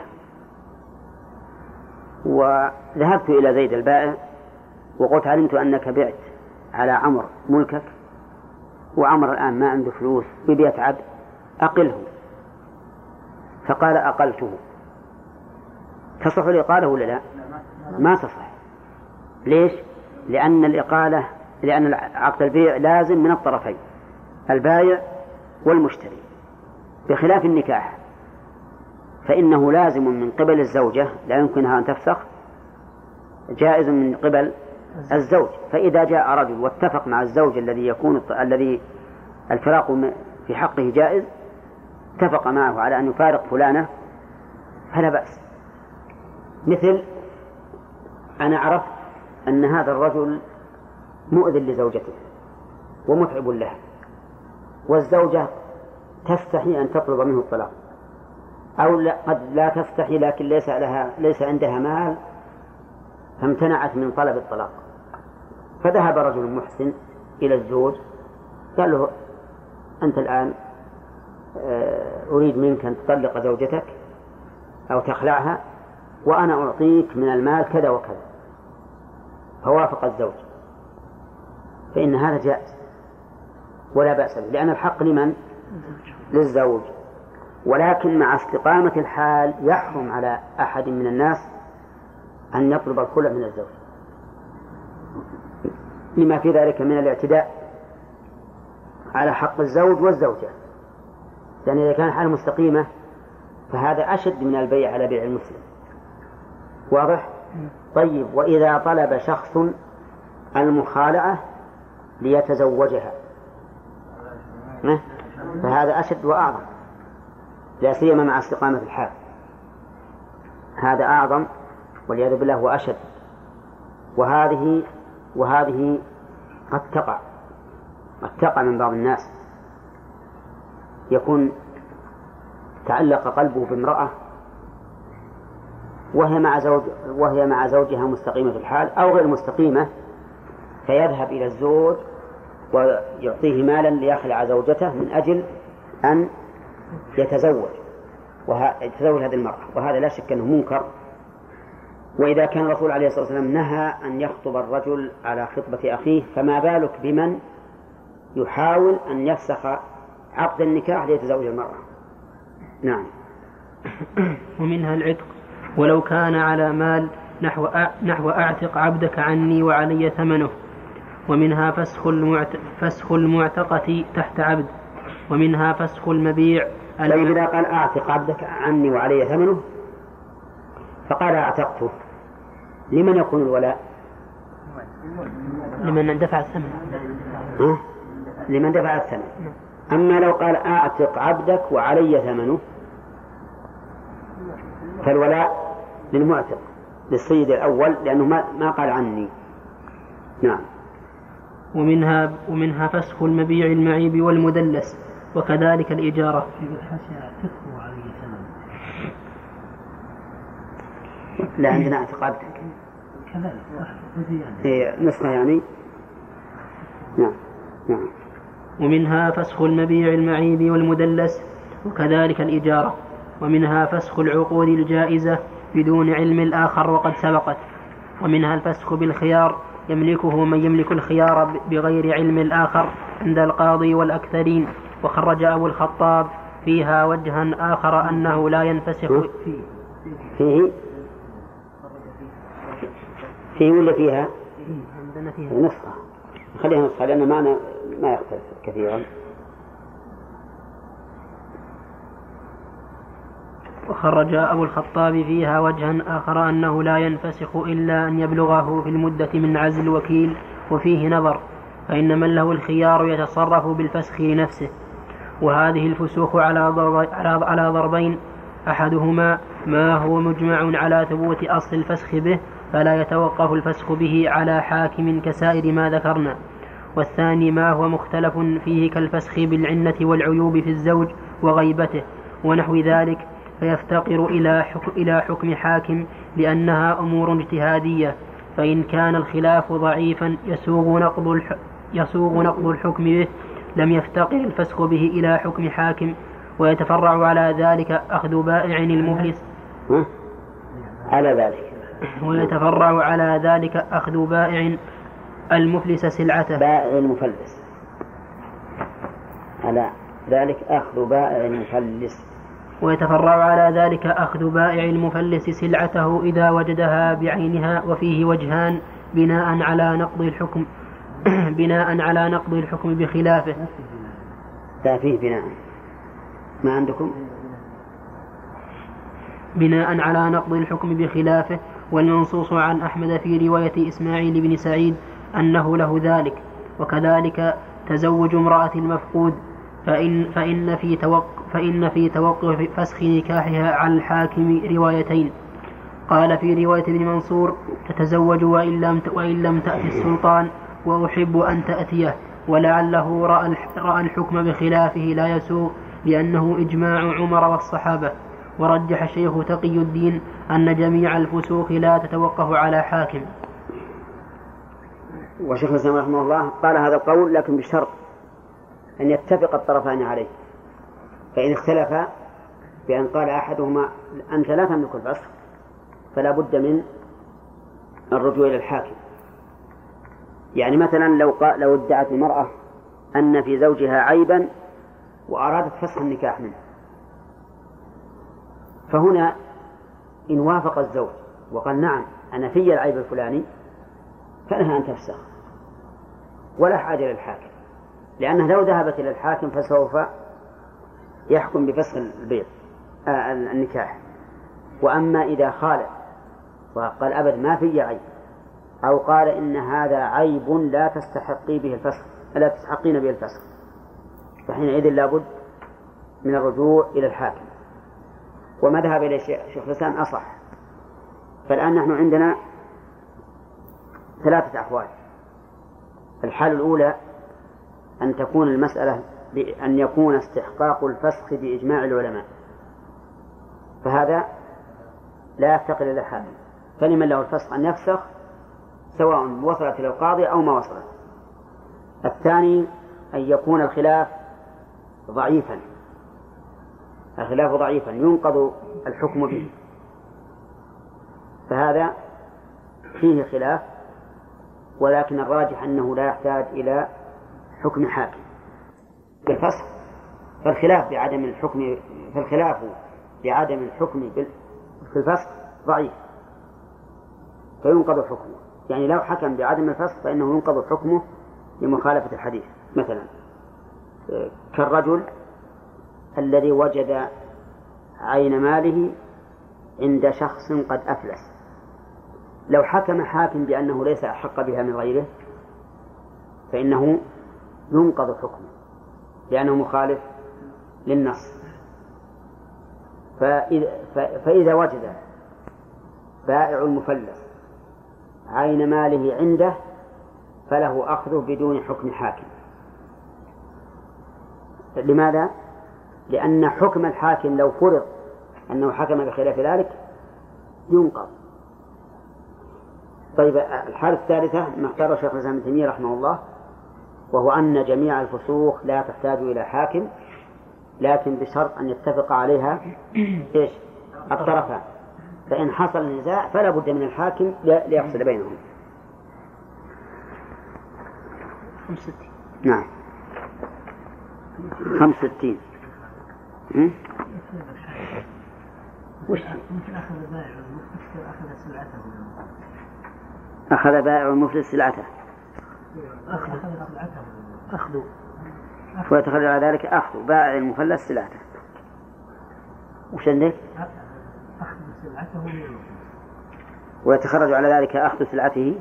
وذهبت إلى زيد البائع وقلت علمت أنك بعت على عمرو ملكك، وعمر الآن ما عنده فلوس يتعب، أقله. فقال أقلته، تصح الإقالة ولا لا؟ ما تصح. ليش؟ لأن عقد البيع لازم من الطرفين، البائع والمشتري، بخلاف النكاح فإنه لازم من قبل الزوجة، لا يمكنها أن تفسخ، جائز من قبل الزوج. فإذا جاء رجل واتفق مع الزوج الذي الفراق في حقه جائز، اتفق معه على أن يفارق فلانة فلا بأس. مثل أنا عرفت أن هذا الرجل مؤذن لزوجته ومتعب له، والزوجة تستحي أن تطلب منه الطلاق، أو قد لا تستحي لكن ليس عندها مال فامتنعت من طلب الطلاق. فذهب رجل محسن إلى الزوج قال له أنت الآن أريد منك أن تطلق زوجتك أو تخلعها، وأنا أعطيك من المال كذا وكذا. فوافق الزوج، فإن هذا جائز ولا بأس به، لأن الحق لمن؟ للزوج. ولكن مع استقامة الحال يحرم على أحد من الناس أن يطلب الخلع من الزوج، لما في ذلك من الاعتداء على حق الزوج والزوجة. لأن إذا كان حال مستقيمة فهذا أشد من البيع على بيع المسلم. واضح؟ طيب، وإذا طلب شخص المخالعة ليتزوجها فهذا أشد وأعظم، لا سيما مع استقامة الحال، هذا أعظم والعياذ بالله وأشد. وهذه قد تقع من بعض الناس، يكون تعلق قلبه بامرأة وهي مع زوجها مستقيمة الحال أو غير مستقيمة، فيذهب إلى الزوج ويعطيه مالا ليخلع زوجته من أجل أن يتزوج هذه المرأة، وهذا لا شك أنه منكر. وإذا كان الرسول عليه الصلاة والسلام نهى أن يخطب الرجل على خطبة أخيه، فما بالك بمن يحاول أن يفسخ عقد النكاح ليتزوج المرأة. نعم. ومنها العتق ولو كان على مال نحو أعتق عبدك عني وعلي ثمنه. ومنها فسخ المعتقة تحت عبد. ومنها فسخ المبيع. طيب، إذا قال أعتق عبدك عني وعلي ثمنه فقال أعتقته، لمن يكون الولاء؟ لمن دفع الثمن. لمن دفع الثمن. أما لو قال أعتق عبدك وعلي ثمنه فالولاء للمعتق للسيد الأول لأنه ما قال عني. نعم. ومنها فسخ المبيع المعيب والمدلس وكذلك الإجارة. لا عندنا اعتقاد نسخة يعني. نعم. نعم. ومنها فسخ المبيع المعيب والمدلس وكذلك الإجارة. ومنها فسخ العقود الجائزة بدون علم الآخر وقد سبقت. ومنها الفسخ بالخيار يملكه من يملك الخيار بغير علم الآخر عند القاضي والأكثرين. وخرج أبو الخطاب فيها وجها آخر أنه لا ينفسخ فيه ولا فيها؟ عندنا فيها نسخة. خليها نسخة لأن ما يختلف كثيرا. وخرج أبو الخطاب فيها وجها آخر أنه لا ينفسخ إلا أن يبلغه في المدة من عزل الوكيل وفيه نظر فإن من له الخيار يتصرف بالفسخ لنفسه. وهذه الفسوخ على ضربين أحدهما ما هو مجمع على ثبوت أصل الفسخ به فلا يتوقف الفسخ به على حاكم كسائر ما ذكرنا. والثاني ما هو مختلف فيه كالفسخ بالعنة والعيوب في الزوج وغيبته ونحو ذلك فيفتقر إلى حكم حاكم لأنها أمور اجتهادية. فإن كان الخلاف ضعيفا يسوغ نقض الحكم به لم يفتقر الفسخ به إلى حكم حاكم. ويتفرع على ذلك أخذ بائع المفلس ويتفرع على ذلك أخذ بائع المفلس سلعته. بائع المفلس على ذلك أخذ بائع المفلس. ويتفرع على ذلك أخذ بائع المفلس سلعته إذا وجدها بعينها. وفيه وجهان بناء على نقض الحكم بخلافه. لا فيه بناء ما عندكم بناء على نقض الحكم بخلافه. والمنصوص عن أحمد في رواية إسماعيل بن سعيد أنه له ذلك. وكذلك تزوج امرأة المفقود فإن في توقف فسخ نكاحها على الحاكم روايتين. قال في رواية ابن منصور تتزوج وإن لم تأتي السلطان وأحب أن تأتيه. ولعله رأى الحكم بخلافه لا يسوء لأنه إجماع عمر والصحابة. ورجح الشيخ تقي الدين أن جميع الفسوق لا تتوقف على حاكم. وشيخ الإسلام رحمه الله قال هذا القول لكن بشرط أن يتفق الطرفان عليه. فإن اختلفا بأن قال أحدهما أنت لا تملك الفسخ فلا بد من الرجوع إلى الحاكم. يعني مثلا لو ادعت المرأة أن في زوجها عيبا وأرادت فسخ النكاح منه فهنا إن وافق الزوج وقال نعم أنا في العيب الفلاني فلها أن تفسخ ولا حاجة للحاكم لأنه لو ذهبت إلى الحاكم فسوف يحكم بفسخ النكاح. وأما إذا خالف وقال أبد ما في عيب أو قال إن هذا عيب لا تستحقين به الفسخ فحينئذ لابد من الرجوع إلى الحاكم. وما ذهب إليه شيخ الإسلام أصح. فالآن نحن عندنا 3 أحوال. الحالة الأولى أن تكون المسألة بأن يكون استحقاق الفسخ بإجماع العلماء فهذا لا يفتقر إلى الحاكم فلمن له الفسخ أن يفسخ سواء وصلت إلى القاضي أو ما وصلت. الثاني أن يكون الخلاف ضعيفا ينقض الحكم به فهذا فيه خلاف ولكن الراجح أنه لا يحتاج إلى حكم حاكم بالفسخ. فالخلاف بعدم الحكم في الفسخ ضعيف فينقض حكمه. يعني لو حكم بعدم الفسخ فإنه ينقض حكمه لمخالفة الحديث. مثلا كالرجل الذي وجد عين ماله عند شخص قد أفلس لو حكم حاكم بأنه ليس أحق بها من غيره فإنه ينقض حكمه لأنه مخالف للنص. فإذا وجد بائع المفلس عين ماله عنده فله أخذه بدون حكم حاكم. لماذا؟ لأن حكم الحاكم لو فرض أنه حكم بخلاف ذلك ينقض. طيب الحالة الثالثة ما اختاره شيخ الإسلام ابن تيمية رحمه الله، وهو أن جميع الفسوق لا تحتاج إلى حاكم، لكن بشرط أن يتفق عليها إيش؟ الطرفان، فإن حصل النزاع فلا بد من الحاكم ليفصل بينهم. 65. نعم 65. وش ممكن أخذ بائع المفلس أخذ سلعته؟ أخذ بائع المفلس سلعته. أخذ ويتخرج على ذلك أخذ بائع المفلس سلعته. وش عندك؟ أخذ سلعته ويتخرج على ذلك أخذ سلعته.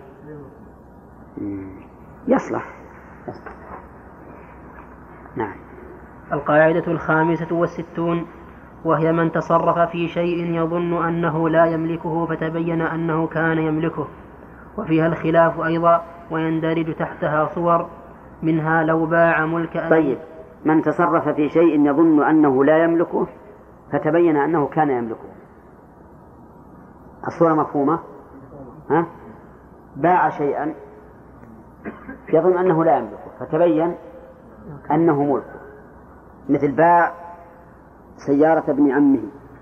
يصلح. نعم. القاعدة 65 وهي من تصرف في شيء يظن أنه لا يملكه فتبين أنه كان يملكه، وفيها الخلاف أيضا ويندرج تحتها صور منها لو باع ملك طيب من تصرف في شيء يظن أنه لا يملكه فتبين أنه كان يملكه، الصورة مفهومة؟ ها؟ باع شيئا يظن أنه لا يملكه فتبين أنه ملكه، مثل باع سيارة ابن عمه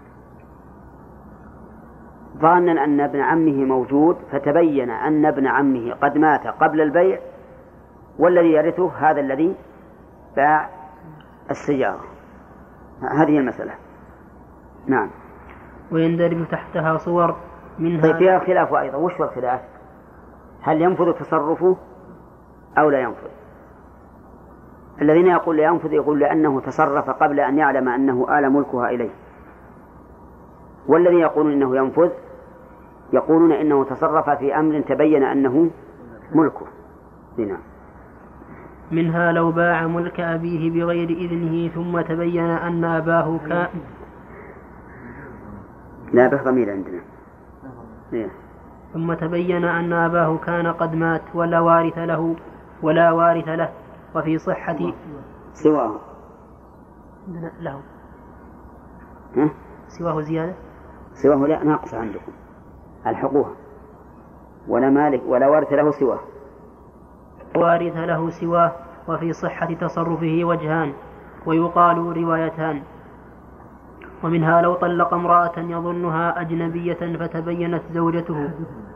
ظانا أن ابن عمه موجود فتبين أن ابن عمه قد مات قبل البيع والذي يرثه هذا الذي باع السيارة. هذه المسألة. نعم. ويندرج تحتها صور منها. طيب فيها خلاف أيضا. وش هو الخلاف؟ هل ينفذ تصرفه أو لا ينفذ؟ الذين يقول لا ينفذ يقول لأنه تصرف قبل أن يعلم أنه آل ملكها إليه، والذين يقولون إنه ينفذ يقولون إنه تصرف في أمر تبين أنه ملكه. نعم. منها لو باع ملك أبيه بغير إذنه ثم تبين أن أباه كان لا به ضمير عندنا. ثم تبين أن أباه كان قد مات ولا وارث له وفي صحة سواه له سواه زيادة سواه لا ناقص عندكم الحقوها ولا مالك ولا وارث له سواه وارث له سواه. وفي صحة تصرفه وجهان ويقال روايتان. ومنها لو طلق امرأة يظنها أجنبية فتبينت زوجته.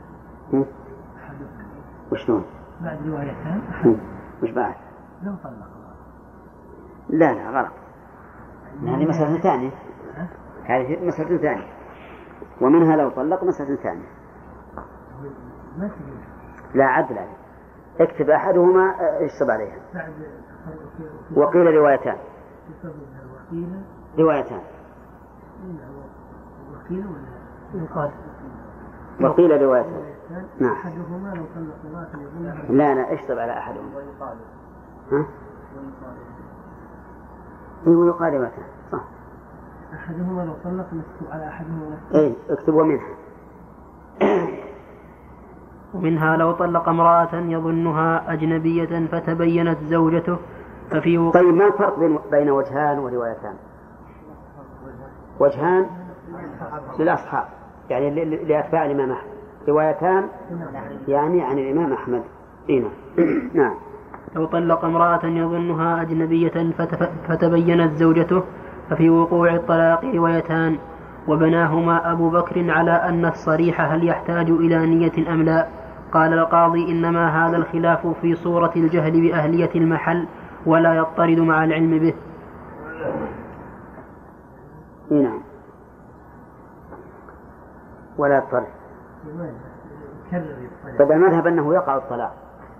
وشلون؟ بعد روايتان. مش بعد؟ لو طلق. لا غلط. هذه مسألة ثانية. هذه مسألة ثانية. ومنها لو طلق مسألة ثانية. لا عدل عليه. اكتب أحدهما اشتب عليها. وقيل روايتان. روايتان. وقيل روايتان. نعم. أحدهما لو طلق امرأة لا اشتب على أحدهما. ها؟ ويقال روايتان. صح. أحدهما لو طلق نكتب على أحدهما. اكتبوا منها. ومنها لو طلق امرأة يظنها أجنبية فتبينت زوجته ففي طيب ما الفرق بين وجهان وروايتان؟ وجهان للأصحاب يعني لأتباع الإمام أحمد، روايتان يعني عن الإمام أحمد. نعم. لو طلق امرأة يظنها أجنبية فتبينت زوجته ففي وقوع الطلاق روايتان وبناهما أبو بكر على أن الصريح هل يحتاج إلى نية أم لا. قال القاضي إنما هذا الخلاف في صورة الجهل بأهلية المحل ولا يضطرد مع العلم به. نعم. ولا يضطرد. طيب المذهب أنه يقع الطلاق.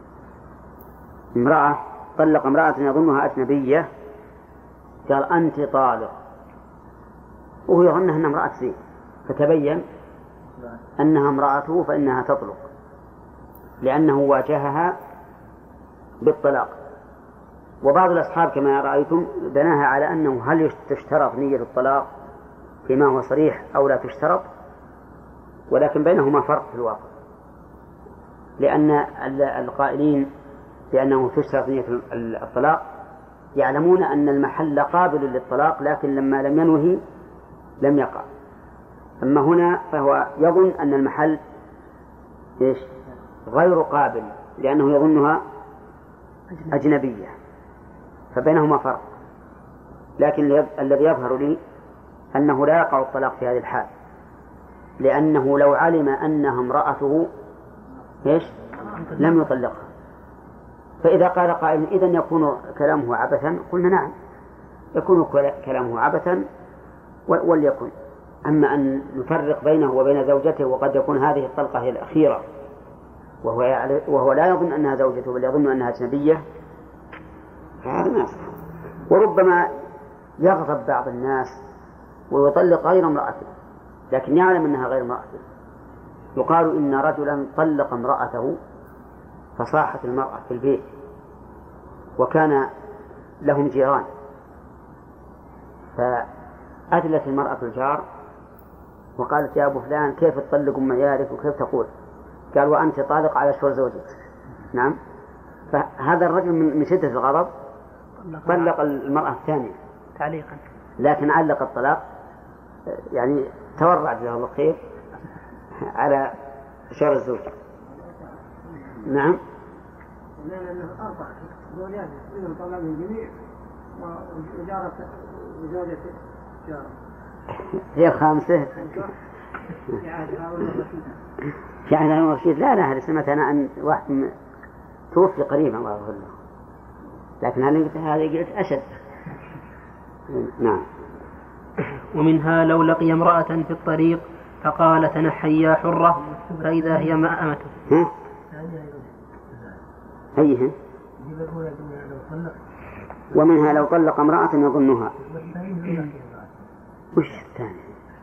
امرأة طلق امرأة يظنها أجنبية قال أنت طالق وهو يظنها أنها امرأة زين فتبين أنها امرأته فإنها تطلق، لأنه واجهها بالطلاق. وبعض الأصحاب كما رأيتم بناها على أنه هل تشترط نية الطلاق فيما هو صريح أو لا تشترط، ولكن بينهما فرق في الواقع، لأن القائلين بأنه تشترط نية الطلاق يعلمون أن المحل قابل للطلاق، لكن لما لم ينوه لم يقع. أما هنا فهو يظن أن المحل غير قابل، لأنه يظنها أجنبية، فبينهما فرق. لكن الذي يظهر لي أنه لا يقع الطلاق في هذه الحال، لأنه لو علم أنها امرأته لم يطلقها. فإذا قال قائل إذن يكون كلامه عبثا، قلنا نعم يكون كلامه عبثا وليكن. أما أن نفرق بينه وبين زوجته وقد يكون هذه الطلقة هي الأخيرة وهو لا يظن أنها زوجته بل يظن أنها أجنبية، فهذا ما يصح. وربما يغضب بعض الناس ويطلق غير امرأته لكن يعلم أنها غير امرأته. يقال إن رجلا طلق امرأته فصاحت المرأة في البيت، وكان لهم جيران، فأدلت المرأة الجار وقالت يا أبو فلان كيف تطلق أم عيالك وكيف تقول؟ قال وأنت طالق على شور زوجك. نعم. فهذا الرجل من شدة الغضب طلق المرأة الثانية تعليقا، لكن علق الطلاق يعني تورع جزاه الله خير على شور الزوج. نعم. لأنه أربع زوجات منهم طلق من الجميع وجارة وزوجة جارة هي الخامسة يعني أنا رشيد. لا هذا سمعت أنا عن واحد توفي قريبا الله يغفر له، لكن هذه قلت أشد. نعم. ومنها لو لقي امرأة في الطريق فقال تنحي يا حرة فإذا هي مأمته. أيها. ومنها لو طلق امرأة يظنها. وش الثاني؟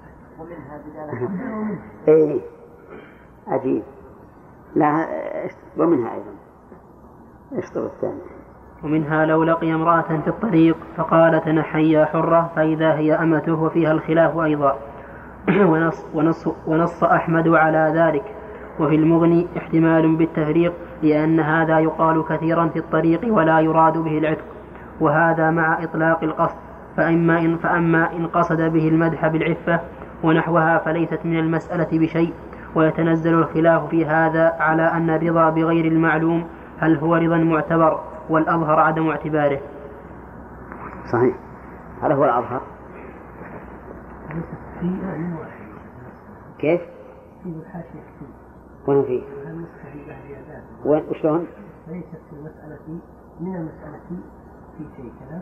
إيه عجيب. لا ومنها أيضا اشطب الثاني. ومنها لو لقي امرأة في الطريق فقال تنحي يا حرة فإذا هي أمته، وفيها الخلاف أيضا. ونص أحمد على ذلك. وفي المغني احتمال بالتفريق، لأن هذا يقال كثيرا في الطريق ولا يراد به العتق، وهذا مع إطلاق القصد. فأما إن قصد به المدح بالعفة ونحوها فليست من المسألة بشيء. ويتنزل الخلاف في هذا على أن الرضا بغير المعلوم هل هو رضا معتبر، والأظهر عدم اعتباره. صحيح. هذا هو الأظهر. كيف؟ وين فيه؟ وشلون؟ ليست في المسألة من المسألة في شيء كذا.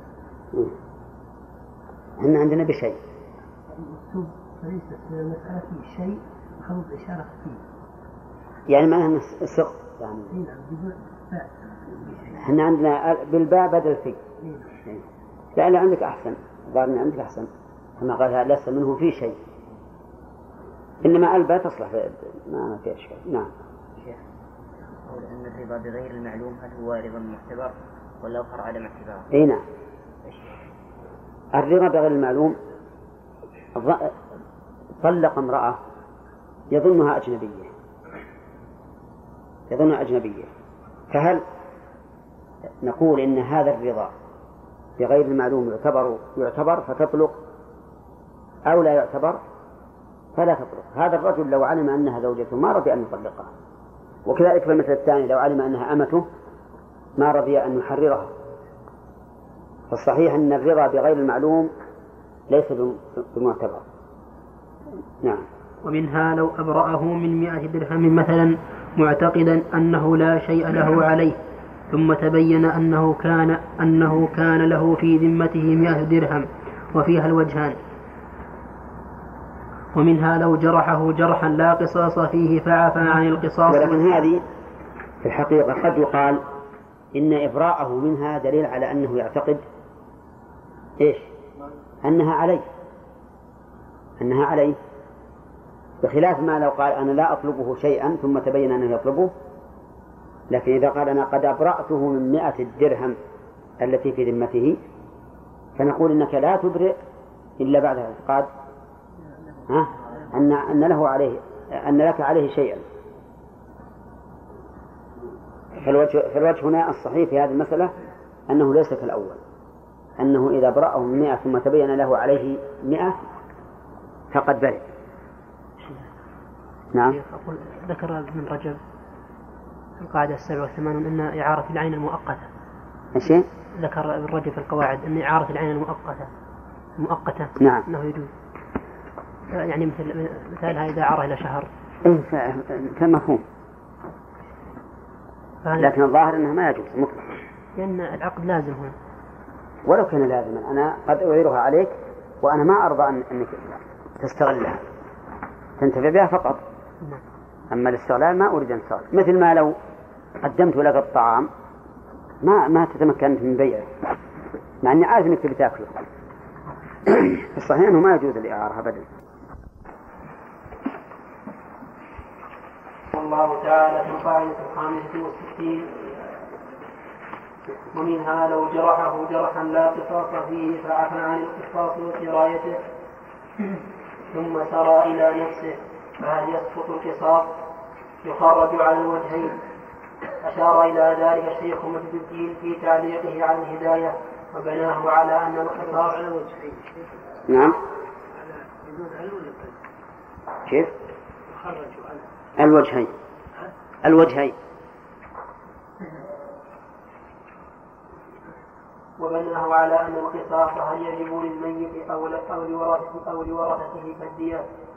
إحنا عندنا بشيء. المكتوب ليست من المسألة في شيء خلط إشارة فيه. يعني معناها السقط يعني. إحنا عندنا بالباء بدل في. لا عندك أحسن. ظهرني عندك أحسن. كما قالها ليس منه في شيء. إنما الباء تصلح ما في أشكال. نعم. شيخ قول أن الرضا بغير المعلوم هل هو رضا معتبر ولا أظهر عدم اعتباره؟ إيه نعم. الرضا بغير المعلوم طلق امرأة يظنها أجنبية، فهل نقول إن هذا الرضا بغير المعلوم يعتبر فتطلق أو لا يعتبر فلا تطلق؟ هذا الرجل لو علم أنها زوجته ما رضي أن يطلقها، وكذلك في المثل الثاني لو علم أنها أمته ما رضي أن يحررها. فالصحيح أن الرضا بغير المعلوم ليس بمعتبر. نعم. ومنها لو أبرأه من 100 درهم مثلا معتقدا أنه لا شيء له عليه، ثم تبين أنه كان له في ذمته 100 درهم، وفيها الوجهان. ومنها لو جرحه جرحا لا قصاص فيه فعفى عن القصاص. ولكن هذه في الحقيقة قد يقال إن إبراءه منها دليل على أنه يعتقد أنها عليه بخلاف ما لو قال أنا لا أطلبه شيئا ثم تبين أنه يطلبه. لكن إذا قال أنا قد أبرأته من 100 درهم التي في ذمته، فنقول إنك لا تبرئ إلا بعد اعتقاد أن لك عليه شيئا. فالوجه هنا الصحيح في هذه المسألة أنه ليس كالأول، أنه إذا برأه من 100 ثم تبين له عليه 100 فقد برئ. نعم. أقول ذكر ابن رجب القاعدة 87 أن إعارة العين المؤقتة. إيش؟ ذكر ابن رجب في القواعد أن إعارة العين المؤقتة نعم. أنه يجوز. يعني مثالها إذا عاره إلى شهر. فمفهوم. لكن الظاهر أنه ما يجوز مطلقا، لأن العقد لازم هنا. ولو كان لازما أنا قد أعيرها عليك وأنا ما أرضى أنك تستغلها، تنتفع بها فقط. أما الاستغلال ما أريد أن أستغل. مثل ما لو قدمت لك الطعام ما تتمكن من بيعه مع أني عارف أنك تبي تأكله. الصحيح أنه ما يجوز الإعارة أبدا. والله تعالى في القاعدة 65 ومنها لو جرحه جرحا لا قصاص فيه فعفى عن القصاص وسرايته ثم سرى إلى نفسه فهل يسقط القصاص؟ يخرج على الوجهين. أشار إلى ذلك الشيخ مجد الدين في تعليقه على الهداية وبناه على أن القصاص على الوجهين. نعم. كيف؟ الوجهين وبناه على أن القصاص هل يجب للميت أو لورثته كالدية